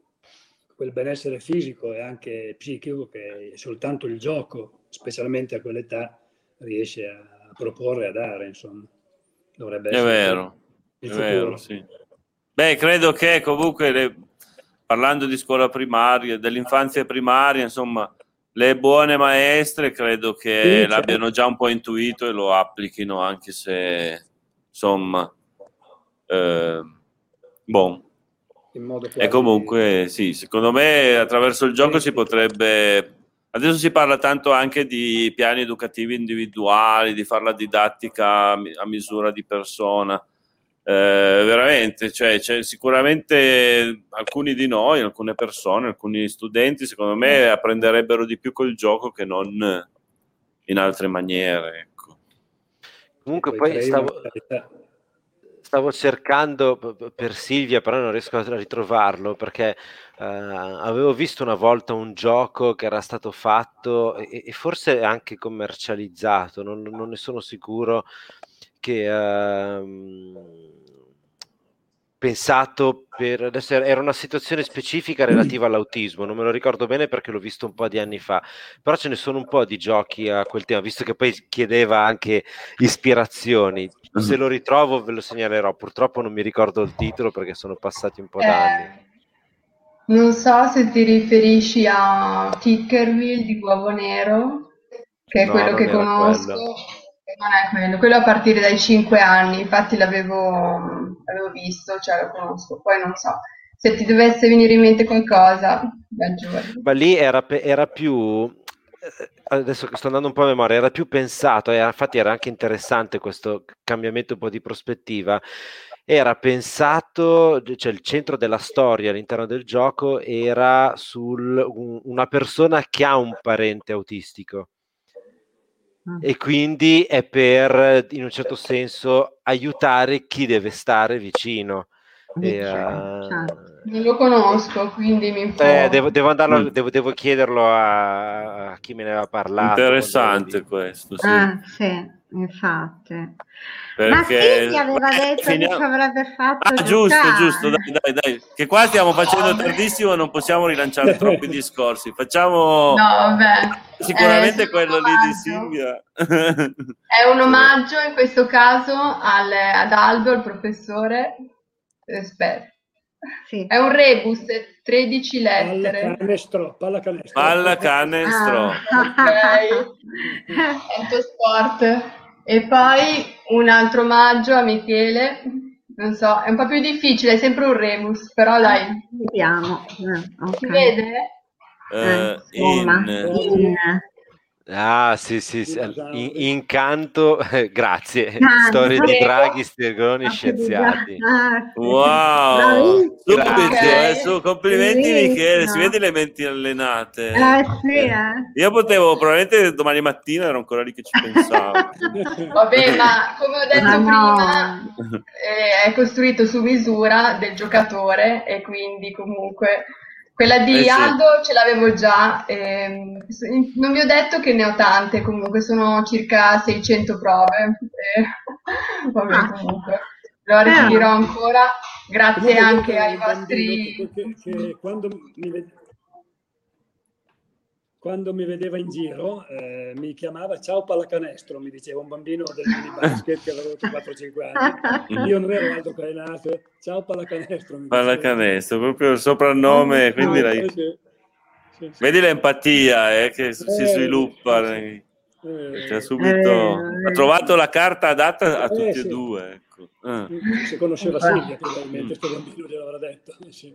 quel benessere fisico e anche psichico che soltanto il gioco, specialmente a quell'età, riesce a proporre e a dare, insomma. Dovrebbe essere è vero, il è futuro. vero, sì. Beh, credo che comunque, le, parlando di scuola primaria, dell'infanzia primaria, insomma, le buone maestre credo che sì, l'abbiano già un po' intuito e lo applichino, anche se, insomma, eh, bon. In modo quasi... E comunque, sì, secondo me attraverso il gioco si potrebbe... Adesso si parla tanto anche di piani educativi individuali, di fare la didattica a misura di persona. Eh, veramente, cioè, c'è sicuramente alcuni di noi, alcune persone, alcuni studenti, secondo me, apprenderebbero di più col gioco che non in altre maniere. Ecco. Comunque poi stavo... Stavo cercando per Silvia, però non riesco a ritrovarlo, perché uh, avevo visto una volta un gioco che era stato fatto e, e forse anche commercializzato, non, non ne sono sicuro, che uh, pensato per... Adesso era una situazione specifica relativa all'autismo, non me lo ricordo bene perché l'ho visto un po' di anni fa, però ce ne sono un po' di giochi a quel tema, visto che poi chiedeva anche ispirazioni. Se lo ritrovo ve lo segnalerò, purtroppo non mi ricordo il titolo perché sono passati un po' eh, d'anni. Non so se ti riferisci a Kickerville di Uovo Nero, che è no, quello che conosco, quello. Non è quello, quello a partire dai cinque anni, infatti l'avevo, l'avevo visto, cioè lo conosco, poi non so. Se ti dovesse venire in mente qualcosa, bel giorno. Ma lì era, era più... Adesso che sto andando un po' a memoria, era più pensato, e infatti era anche interessante questo cambiamento un po' di prospettiva, era pensato, cioè il centro della storia all'interno del gioco era su un, una persona che ha un parente autistico e quindi è per, in un certo senso, aiutare chi deve stare vicino. E, uh, non lo conosco, quindi mi eh, devo, devo, andarlo, mm. devo, devo chiederlo a, a chi me ne aveva parlato. Interessante questo, sì. Ah, sì. infatti. Perché... Ma sì, mi aveva eh, detto finiamo... che ci avrebbe fatto ah, giocare. giusto, giusto, dai, dai, dai, che qua stiamo facendo tardissimo e non possiamo rilanciare troppi discorsi. Facciamo... No, vabbè. Sicuramente Eh, quello lì di Silvia. È un omaggio in questo caso al, ad Aldo, il professore. Aspetta. Sì. È un rebus, tredici lettere. Pallacanestro, pallacanestro. Pallacanestro. Ah, ok. Tanto sport. E poi un altro omaggio a Michele. Non so, è un po' più difficile, è sempre un rebus, però dai. Vediamo. Eh, okay. Si vede? Eh, Uh, insomma, in... in... Ah, sì, sì, sì. In, incanto, grazie. Ah, Storie no. di draghi, stregoni, scienziati. Ah, sì. Wow, subito, Okay. eh, su, complimenti Bravissimo. Michele, si vede le menti allenate. Eh sì, Eh, eh. Io potevo, probabilmente domani mattina ero ancora lì che ci pensavo. Vabbè, ma come ho detto Ma no. prima, eh, è costruito su misura del giocatore e quindi comunque quella di Eh sì. Aldo ce l'avevo già. ehm, non vi ho detto che ne ho tante, comunque sono circa seicento prove. eh, vabbè, Ah. comunque lo arricchirò ancora. Grazie Comunque io anche avevo ai un bambino vostri. che, che, che quando mi ved- quando mi vedeva in giro eh, mi chiamava ciao pallacanestro, mi diceva un bambino del mini basket che aveva quattro cinque anni. Io non ero Aldo Caenato, ciao pallacanestro. Mi Pallacanestro, proprio il soprannome, ah, quindi sì, l'hai... sì, sì, sì. Vedi l'empatia eh, che si Eh, sviluppa. sì, eh. sì. Eh, Cioè, subito ha trovato la carta adatta a eh, tutti sì. e due. Ecco. Ah. Se conosceva Beh. Silvia, probabilmente sto bambino gliel'avrà detto. Sì.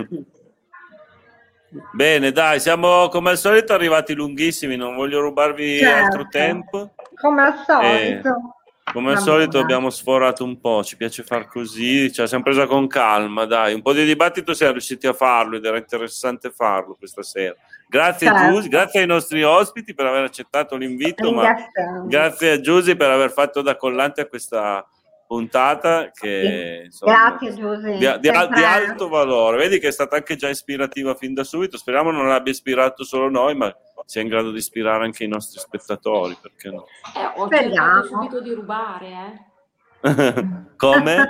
Bene, dai, siamo come al solito arrivati lunghissimi, non voglio rubarvi Certo. altro tempo. Come al E, solito. come al Va solito bene. abbiamo sforato un po', ci piace far così, ce la siamo presa con calma, dai, un po' di dibattito siamo riusciti a farlo ed era interessante farlo questa sera. Grazie Certo. Giusy, grazie ai nostri ospiti per aver accettato l'invito, ma Ringraziamo. grazie a Giusy per aver fatto da collante a questa puntata che insomma, Grazie Giusy. di, di, Sempre- di alto valore. Vedi che è stata anche già ispirativa fin da subito, speriamo non abbia ispirato solo noi, ma sia in grado di ispirare anche i nostri spettatori, perché no? Eh, ho Speriamo. cercato subito di rubare, eh. Come?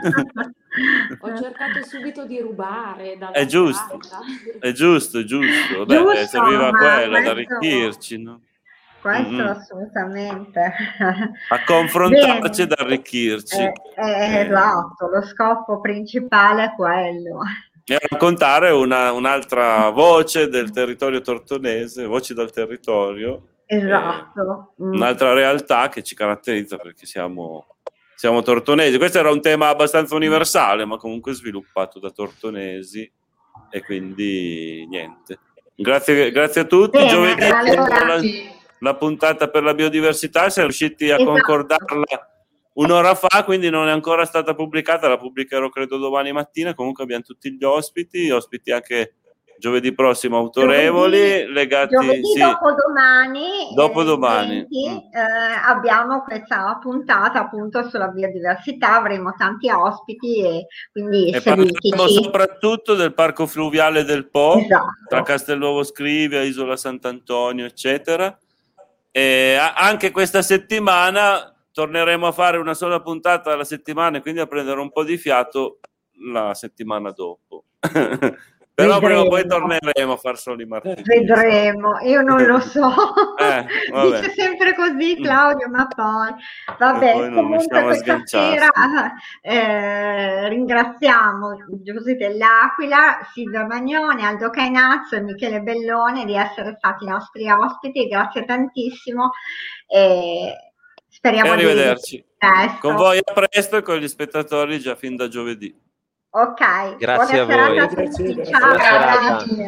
Ho cercato subito di rubare dalla È giusto, serata. è giusto, è giusto. Vabbè, Giusto, serviva ma quello, ad questo- arricchirci, no? Questo Mm-mm. assolutamente. A confrontarci Bene. ed arricchirci. Eh, eh, Eh, esatto, lo scopo principale è quello. E raccontare una, un'altra voce del territorio tortonese, voci dal territorio, Esatto. eh, Mm. un'altra realtà che ci caratterizza perché siamo, siamo tortonesi. Questo era un tema abbastanza universale, ma comunque sviluppato da tortonesi, e quindi niente. Grazie, grazie a tutti. Bene, Giovedì allora- la, la puntata per la biodiversità, siamo riusciti a Esatto. concordarla un'ora fa, quindi non è ancora stata pubblicata, la pubblicherò credo domani mattina. Comunque abbiamo tutti gli ospiti, ospiti anche giovedì prossimo autorevoli, Giovedì, legati giovedì sì, dopodomani, dopodomani. eh, venti, Mm. eh, abbiamo questa puntata appunto sulla biodiversità, avremo tanti ospiti e quindi E parleremo seguiteci. soprattutto del parco fluviale del Po, Esatto. tra Castelnuovo Scrivia, Isola Sant'Antonio, eccetera. E a- anche questa settimana torneremo a fare una sola puntata alla settimana e quindi a prendere un po' di fiato la settimana dopo. Però prima o poi Vedremo. torneremo a far solo i martedì. Vedremo, io non lo so. Eh, vabbè. Dice sempre così Claudio, ma poi vabbè, E poi non comunque riusciamo a questa sganciarsi. sera eh, ringraziamo Giusy dell'Aquila, Silvia Magnone, Aldo Cainazzo e Michele Bellone di essere stati i nostri ospiti, grazie tantissimo e speriamo E di arrivederci. presto. Con voi a presto e con gli spettatori già fin da giovedì. Ok, Grazie buona a voi. serata a tutti, Grazie, ciao. grazie. Grazie a tutti.